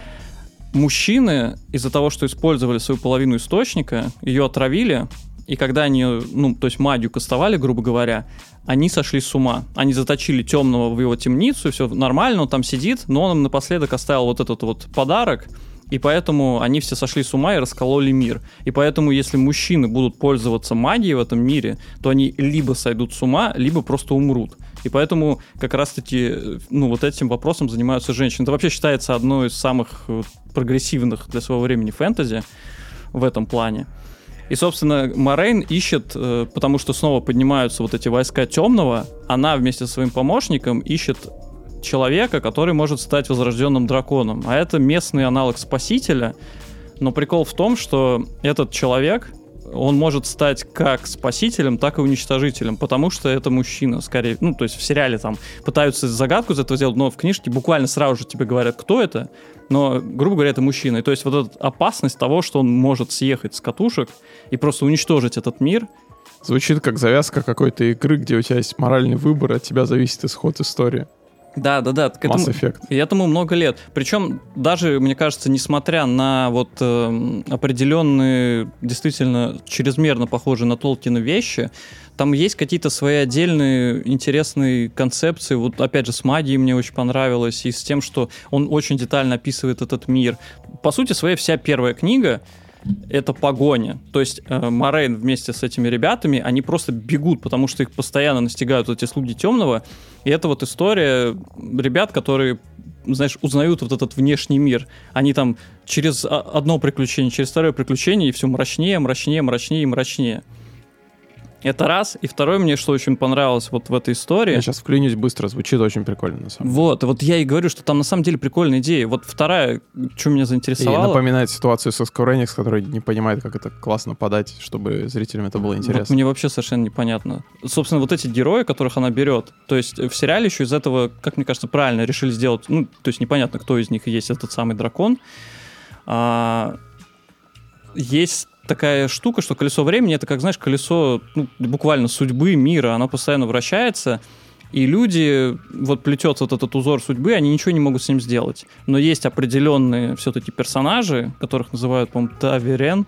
мужчины из-за того, что использовали свою половину источника, ее отравили, и когда они, ну, то есть магию кастовали, грубо говоря, они сошли с ума. Они заточили темного в его темницу, все нормально, он там сидит, но он им напоследок оставил вот этот вот подарок, и поэтому они все сошли с ума и раскололи мир. И поэтому, если мужчины будут пользоваться магией в этом мире, то они либо сойдут с ума, либо просто умрут. И поэтому как раз-таки, ну, вот этим вопросом занимаются женщины. Это вообще считается одной из самых прогрессивных для своего времени фэнтези в этом плане. И, собственно, Морейн ищет, потому что снова поднимаются вот эти войска темного, она вместе со своим помощником ищет человека, который может стать возрожденным драконом. А это местный аналог Спасителя. Но прикол в том, что этот человек, он может стать как спасителем, так и уничтожителем, потому что это мужчина, скорее. Ну, то есть в сериале там пытаются загадку из этого сделать, но в книжке буквально сразу же тебе говорят, кто это. Но, грубо говоря, это мужчина. И то есть вот эта опасность того, что он может съехать с катушек и просто уничтожить этот мир. Звучит как завязка какой-то игры, где у тебя есть моральный выбор, от тебя зависит исход истории. Да, да, да. К этому, и этому много лет. Причем даже, мне кажется, несмотря на вот э, определенные, действительно, чрезмерно похожие на Толкина вещи, там есть какие-то свои отдельные интересные концепции. Вот опять же с магией мне очень понравилось, и с тем, что он очень детально описывает этот мир. По сути своей вся первая книга — это погоня. То есть э, Морейн вместе с этими ребятами, они просто бегут, потому что их постоянно настигают эти слуги темного. И это вот история ребят, которые, знаешь, узнают вот этот внешний мир. Они там через одно приключение, через второе приключение, и все мрачнее, мрачнее, мрачнее и мрачнее. Это раз. И второе, мне что очень понравилось вот в этой истории. Я сейчас вклинюсь быстро, звучит очень прикольно, на самом деле. Вот, вот я и говорю, что там на самом деле прикольная идея. Вот вторая, что меня заинтересовало. И напоминает ситуацию со Square Enix, который не понимает, как это классно подать, чтобы зрителям это было интересно. Вот мне вообще совершенно непонятно. Собственно, вот эти герои, которых она берет, то есть в сериале еще из этого, как мне кажется, правильно решили сделать, ну, то есть непонятно, кто из них и есть этот самый дракон. А, есть такая штука, что колесо времени — это, как, знаешь, колесо, ну, буквально судьбы, мира, оно постоянно вращается, и люди, вот плетется вот этот узор судьбы, они ничего не могут с ним сделать. Но есть определенные все-таки персонажи, которых называют, по-моему, Таверен,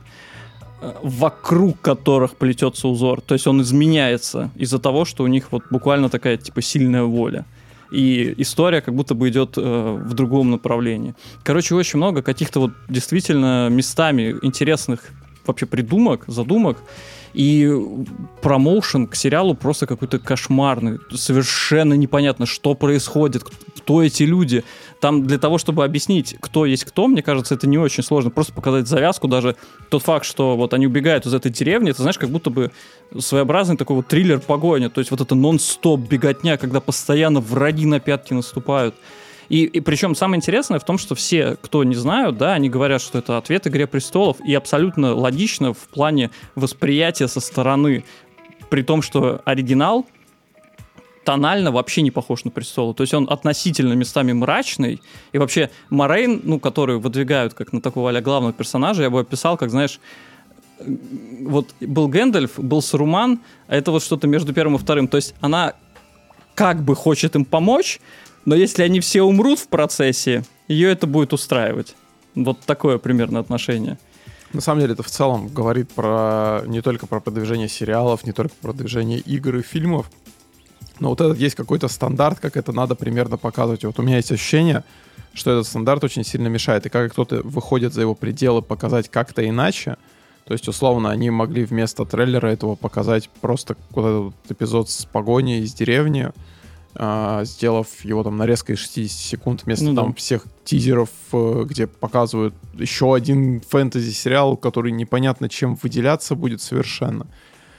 вокруг которых плетется узор. То есть он изменяется из-за того, что у них вот буквально такая, типа, сильная воля. И история как будто бы идет э, в другом направлении. Короче, очень много каких-то вот действительно местами интересных вообще придумок, задумок, и промоушен к сериалу просто какой-то кошмарный. Совершенно непонятно, что происходит, кто эти люди. Там для того, чтобы объяснить, кто есть кто, мне кажется, это не очень сложно. Просто показать завязку, даже тот факт, что вот они убегают из этой деревни, это, знаешь, как будто бы своеобразный такой вот триллер-погоня. То есть вот это нон-стоп беготня, когда постоянно враги на пятки наступают. И, и причем самое интересное в том, что все, кто не знают, да, они говорят, что это ответ «Игре престолов», и абсолютно логично в плане восприятия со стороны, при том, что оригинал тонально вообще не похож на «Престолы». То есть он относительно местами мрачный, и вообще Морейн, ну, который выдвигают как на такого а-ля главного персонажа, я бы описал, как, знаешь, вот был Гэндальф, был Саруман, а это вот что-то между первым и вторым. То есть она как бы хочет им помочь, но если они все умрут в процессе, ее это будет устраивать. Вот такое примерно отношение. На самом деле это в целом говорит про не только про продвижение сериалов, не только про продвижение игр и фильмов, но вот этот есть какой-то стандарт, как это надо примерно показывать. И вот у меня есть ощущение, что этот стандарт очень сильно мешает. И когда кто-то выходит за его пределы показать как-то иначе, то есть, условно, они могли вместо трейлера этого показать просто вот этот эпизод с погоней из деревни, э, сделав его там нарезкой шестьдесят секунд вместо ну, там да. всех тизеров, э, где показывают еще один фэнтези-сериал, который непонятно чем выделяться будет совершенно.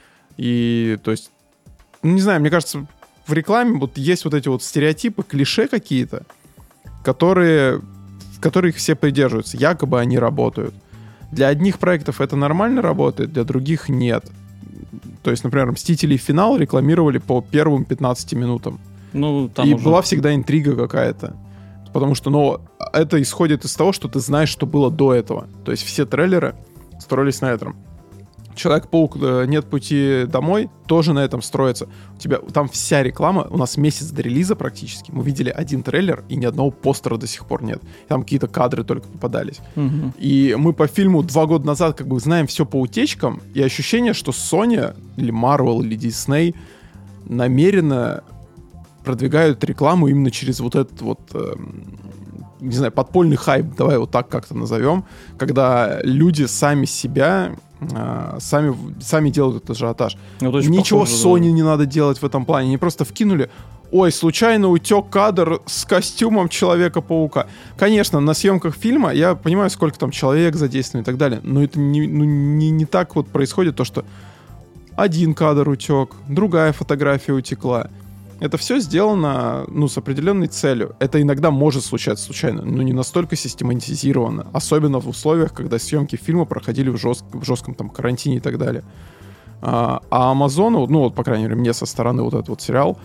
И, то есть, ну, не знаю, мне кажется, в рекламе вот есть вот эти вот стереотипы, клише какие-то, которые, которых все придерживаются. Якобы они работают. Для одних проектов это нормально работает, для других нет. То есть, например, «Мстители. Финал» рекламировали по первым пятнадцати минутам. Ну, там И уже... была всегда интрига какая-то. Потому что, ну, это исходит из того, что ты знаешь, что было до этого. То есть все трейлеры строились на этом. «Человек-паук. Нет пути домой» тоже на этом строится. У тебя там вся реклама, у нас месяц до релиза практически. Мы видели один трейлер, и ни одного постера до сих пор нет. Там какие-то кадры только попадались. Угу. И мы по фильму два года назад как бы знаем все по утечкам, и ощущение, что Sony или Marvel или Disney намеренно продвигают рекламу именно через вот этот вот... Э, не знаю, подпольный хайп, давай вот так как-то назовем, когда люди сами себя, э, сами, сами делают этот ажиотаж. Ну, ничего похоже, Sony да. не надо делать в этом плане. Они просто вкинули, ой, случайно утек кадр с костюмом Человека-паука. Конечно, на съемках фильма я понимаю, сколько там человек задействовано и так далее, но это не, ну, не, не так вот происходит, то, что один кадр утек, другая фотография утекла. Это все сделано, ну, с определенной целью. Это иногда может случаться случайно, но не настолько систематизировано. Особенно в условиях, когда съемки фильма проходили в, жест... в жестком там карантине и так далее. А, а Амазону, ну, вот, по крайней мере, мне со стороны вот этот вот сериал,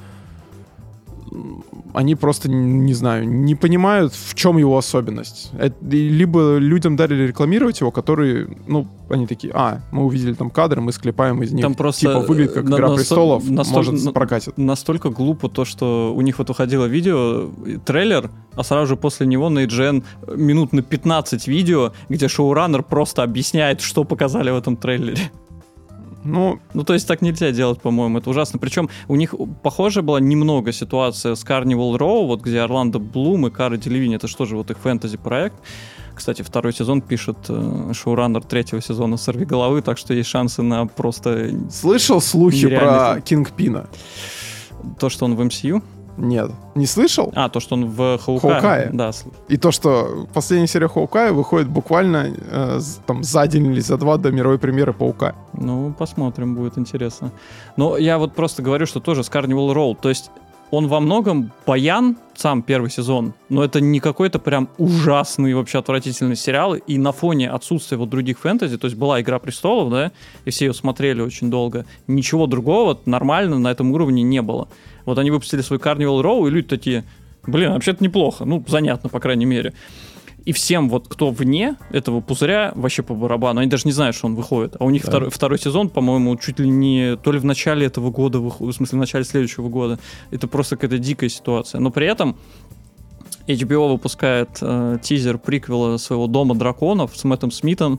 они просто, не знаю, не понимают, в чем его особенность. Это, либо людям дали рекламировать его, которые, ну, они такие, а, мы увидели там кадры, мы склепаем из них. Там просто типа выглядит как на, «Игра на, престолов», настолько, может, прокатит. Настолько глупо то, что у них вот уходило видео, трейлер, а сразу же после него на и джи эн минут на пятнадцать видео, где шоураннер просто объясняет, что показали в этом трейлере. Ну, ну, то есть так нельзя делать, по-моему, это ужасно. Причем у них, похоже, была немного ситуация с Carnival Row, вот где Орландо Блум и Кара Делевинь, это что же, вот их фэнтези-проект. Кстати, второй сезон пишет э, шоураннер третьего сезона «Сорвиголовы», так что есть шансы на просто... Слышал слухи про Кингпина? То, что он в эм си ю? Нет. Не слышал? А, то, что он в Хоукае. Хоукае. Да. И то, что последняя серия Хоукая выходит буквально э, там за день или за два до мировой премьеры Паука. Ну, посмотрим, будет интересно. Но я вот просто говорю, что тоже с Carnival Row, то есть он во многом баян, сам первый сезон, но это не какой-то прям ужасный, вообще отвратительный сериал, и на фоне отсутствия вот других фэнтези, то есть была «Игра престолов», да, и все ее смотрели очень долго, ничего другого нормально на этом уровне не было. Вот они выпустили свой Carnival Row, и люди такие, блин, вообще-то неплохо, ну, занятно, по крайней мере. И всем, вот кто вне этого пузыря, вообще по барабану, они даже не знают, что он выходит. А у них да. второй, второй сезон, по-моему, чуть ли не то ли в начале этого года, выходит, в смысле, в начале следующего года. Это просто какая-то дикая ситуация. Но при этом эйч би о выпускает э, тизер приквела своего «Дома драконов» с Мэттом Смитом.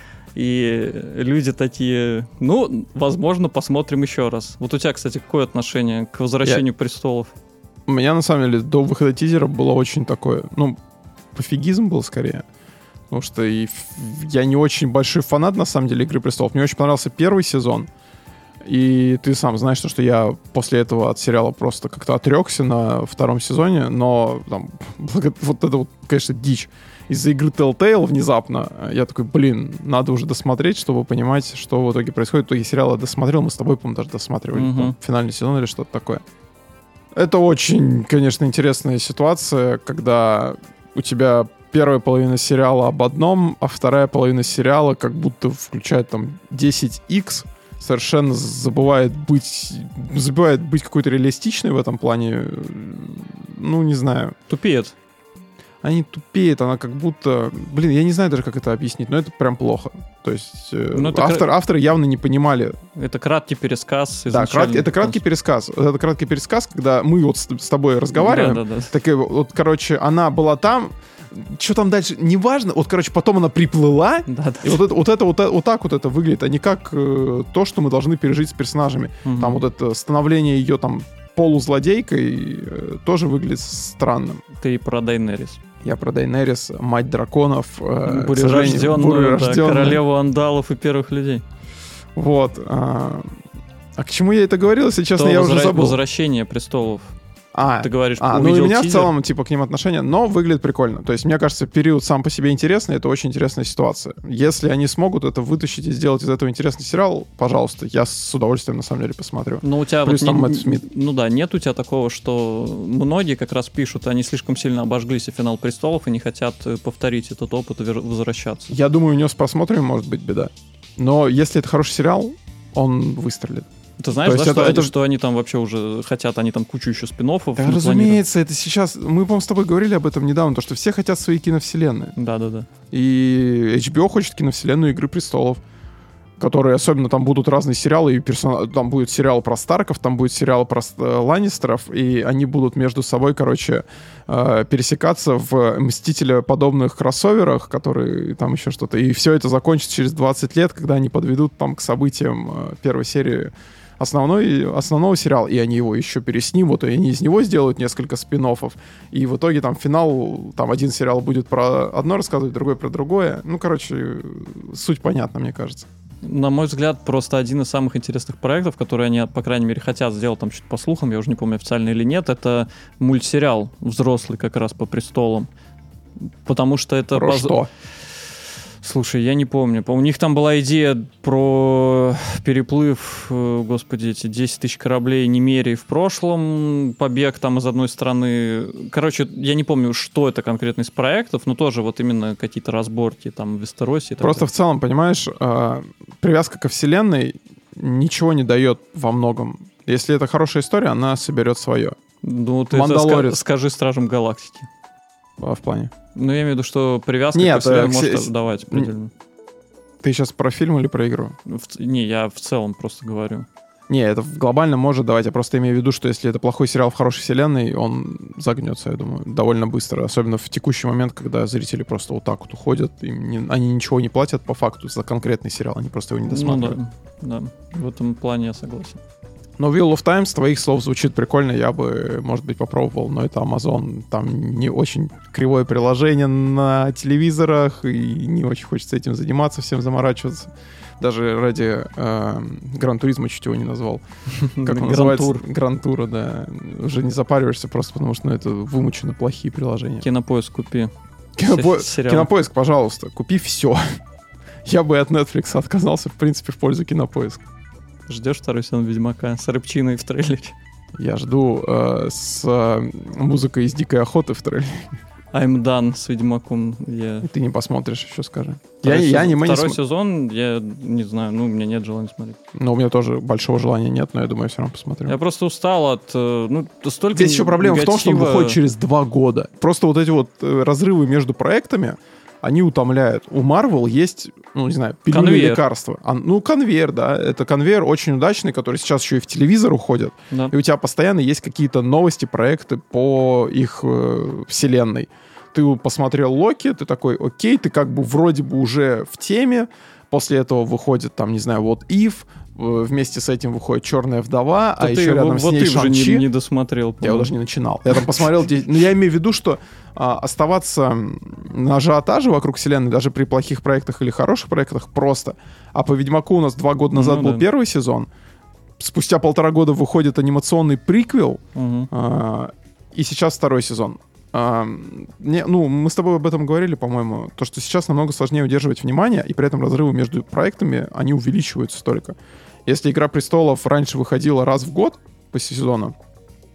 И люди такие, ну, возможно, посмотрим еще раз. Вот у тебя, кстати, какое отношение к «Возвращению Я... престолов»? У меня, на самом деле, до выхода тизера было очень такое, ну, пофигизм был скорее. Потому что и я не очень большой фанат, на самом деле, «Игры престолов». Мне очень понравился первый сезон. И ты сам знаешь, что я после этого от сериала просто как-то отрекся на втором сезоне. Но там, вот это вот, конечно, дичь. Из-за игры Telltale внезапно я такой, блин, надо уже досмотреть, чтобы понимать, что в итоге происходит. В итоге сериал я досмотрел, мы с тобой, по-моему, даже досматривали. Mm-hmm. Там, финальный сезон или что-то такое. Это очень, конечно, интересная ситуация, когда у тебя первая половина сериала об одном, а вторая половина сериала как будто включает там десять икс, совершенно забывает быть, забывает быть какой-то реалистичной в этом плане. Ну, не знаю. Тупеет. Они тупеет, она как будто... Блин, я не знаю даже, как это объяснить, но это прям плохо. То есть ну, это автор, кра... авторы явно не понимали. Это краткий пересказ. Да, крат... это краткий пересказ. Это краткий пересказ, когда мы вот с, с тобой разговариваем. Да, да, да. Так, вот, короче, она была там, что там дальше, неважно. Вот, короче, потом она приплыла, да, да. И вот это, вот, это, вот, вот так вот это выглядит, а не как э, то, что мы должны пережить с персонажами. Угу. Там вот это становление ее там полузлодейкой э, тоже выглядит странным. Ты про Дайнерис. Я про Дайнерис, мать драконов, э, бурерожденную, да, королеву андалов и первых людей. Вот. А, а к чему я это говорил, если честно, То я возра... уже забыл. Возвращение престолов. А, ты говоришь, а, ну и у меня тизер. В целом, типа, к ним отношения, но выглядит прикольно. То есть, мне кажется, период сам по себе интересный, это очень интересная ситуация. Если они смогут это вытащить и сделать из этого интересный сериал, пожалуйста, я с удовольствием, на самом деле, посмотрю. Но у тебя Плюс вот там не, Мэтт Смит. Ну да, нет у тебя такого, что многие как раз пишут, они слишком сильно обожглись о «Финал престолов» и не хотят повторить этот опыт и возвращаться. Я думаю, у него с просмотрами может быть беда. Но если это хороший сериал, он выстрелит. Ты знаешь, да, это, что, это... что они там вообще уже хотят, они там кучу еще спин-оффов. Да, разумеется, это сейчас... Мы, по-моему, с тобой говорили об этом недавно, то, что все хотят свои киновселенные. Да-да-да. И эйч би о хочет киновселенную «Игры престолов», которые особенно там будут разные сериалы, и персон... там будет сериал про Старков, там будет сериал про Ланнистеров, и они будут между собой, короче, э, пересекаться в Мстителя-подобных кроссоверах, которые там еще что-то. И все это закончится через двадцать лет, когда они подведут там к событиям э, первой серии Основной, основного сериала, и они его еще переснимут, и они из него сделают несколько спин-оффов, и в итоге там финал, там один сериал будет про одно рассказывать, другой про другое. Ну, короче, суть понятна, мне кажется. На мой взгляд, просто один из самых интересных проектов, которые они, по крайней мере, хотят сделать, там, чуть по слухам, я уже не помню, официально или нет, это мультсериал взрослый как раз по престолам. Потому что это... Про поз... что? Слушай, я не помню. У них там была идея про переплыв, господи, эти десять тысяч кораблей Немерии в прошлом, побег там из одной страны. Короче, я не помню, что это конкретно из проектов, но тоже вот именно какие-то разборки там в Вестеросе. Просто в целом, понимаешь, привязка ко вселенной ничего не дает во многом. Если это хорошая история, она соберет свое. Ну, ты это скажи Стражам Галактики. В плане? Ну, я имею в виду, что привязка Нет, к вселенной к... может давать определенно. Ты сейчас про фильм или про игру? В... Не, я в целом просто говорю. Не, это глобально может давать. Я просто имею в виду, что если это плохой сериал в хорошей вселенной, он загнется, я думаю, довольно быстро. Особенно в текущий момент, когда зрители просто вот так вот уходят. Им не... Они ничего не платят по факту за конкретный сериал. Они просто его не досматривают. Ну да, да. В этом плане я согласен. Но Wheel of Time, с твоих слов, звучит прикольно, я бы, может быть, попробовал, но это Amazon, там не очень кривое приложение на телевизорах, и не очень хочется этим заниматься, всем заморачиваться. Даже ради э, Гран-туризма чуть его не назвал. Как он называется? Гран-тура, да. Уже не запариваешься просто потому, что ну, это вымученно плохие приложения. Кинопоиск купи. Кинопо... Кинопоиск, пожалуйста, купи все. Я бы от Netflix отказался, в принципе, в пользу Кинопоиска. Ждешь второй сезон Ведьмака с рыбчиной в трейлере? Я жду э, с э, музыкой из «Дикой охоты» в трейлере. I'm done с Ведьмаком. Я... И ты не посмотришь еще, скажи. Второй, я, сезон, я аниме второй не см... сезон, я не знаю, ну, у меня нет желания смотреть. Ну, у меня тоже большого желания нет, но я думаю, я все равно посмотрю. Я просто устал от... Ну, столько Здесь еще проблема негатива. в том, что он выходит через два года. Просто вот эти вот разрывы между проектами, они утомляют. У Marvel есть, ну, не знаю, пилюли лекарства. А, ну, конвейер, да. Это конвейер очень удачный, который сейчас еще и в телевизор уходит. Да. И у тебя постоянно есть какие-то новости, проекты по их э, вселенной. Ты посмотрел Локи, ты такой, окей, ты как бы вроде бы уже в теме. После этого выходит, там, не знаю, вот Ив. Вместе с этим выходит «Черная вдова», да а еще рядом вот с ней Шан-Чи. Вот ты уже не, не досмотрел. Я его даже не начинал. Я там посмотрел... Ну, я имею в виду, что а, оставаться на ажиотаже вокруг вселенной, даже при плохих проектах или хороших проектах, просто. А по «Ведьмаку» у нас два года назад ну, был да. первый сезон. Спустя полтора года выходит анимационный приквел. Угу. А, и сейчас второй сезон. А, не, ну, мы с тобой об этом говорили, по-моему. То, что сейчас намного сложнее удерживать внимание, и при этом разрывы между проектами, они увеличиваются только. Если «Игра престолов» раньше выходила раз в год по сезону,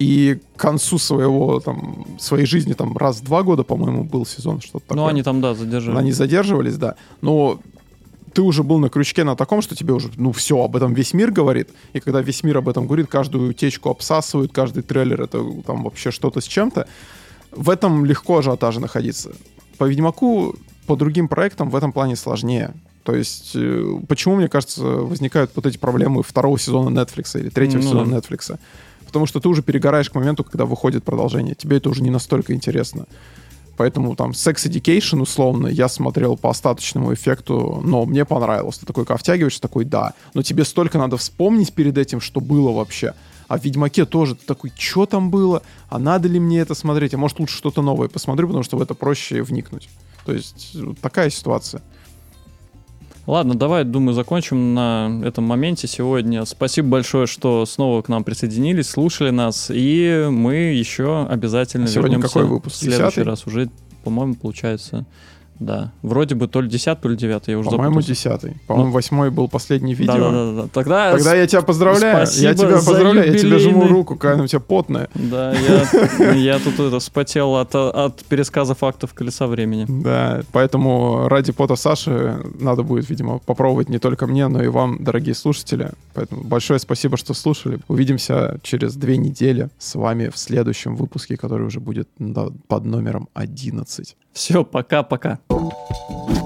И к концу своего, там, своей жизни, там, раз в два года, по-моему, был сезон, что-то такое. Ну, они там, да, задерживались. Они задерживались, да. Но ты уже был на крючке на таком, что тебе уже, ну, все, об этом весь мир говорит. И когда весь мир об этом говорит, каждую утечку обсасывают, каждый трейлер — это там вообще что-то с чем-то. В этом легко ажиотаже находиться. По Ведьмаку, по другим проектам в этом плане сложнее. То есть, почему, мне кажется, возникают вот эти проблемы второго сезона Netflix или третьего ну, сезона да. Netflix? Потому что ты уже перегораешь к моменту, когда выходит продолжение. Тебе это уже не настолько интересно. Поэтому там Sex Education, условно, я смотрел по остаточному эффекту, но мне понравилось. Ты такой втягиваешься, такой, да. Но тебе столько надо вспомнить перед этим, что было вообще. А в Ведьмаке тоже ты такой, что там было? А надо ли мне это смотреть? А может, лучше что-то новое посмотрю, потому что в это проще вникнуть. То есть вот такая ситуация. Ладно, давай, думаю, закончим на этом моменте сегодня. Спасибо большое, что снова к нам присоединились, слушали нас, и мы еще обязательно сегодня вернемся какой выпуск? в следующий десятый? раз. Уже, по-моему, получается, да. Вроде бы то ли десятый, то ли девятый, я уже По-моему, запутался. десятый. По-моему, Ну, восьмой был последнее видео. Да-да-да. Тогда, Тогда я тебя поздравляю. Я тебя поздравляю, я тебе жму руку, какая она у тебя потная. Да, я, я тут это, вспотел от, от пересказа фактов «Колеса времени». Да, поэтому ради пота Саши надо будет, видимо, попробовать не только мне, но и вам, дорогие слушатели. Поэтому большое спасибо, что слушали. Увидимся через две недели с вами в следующем выпуске, который уже будет под номером одиннадцать. Все, пока-пока.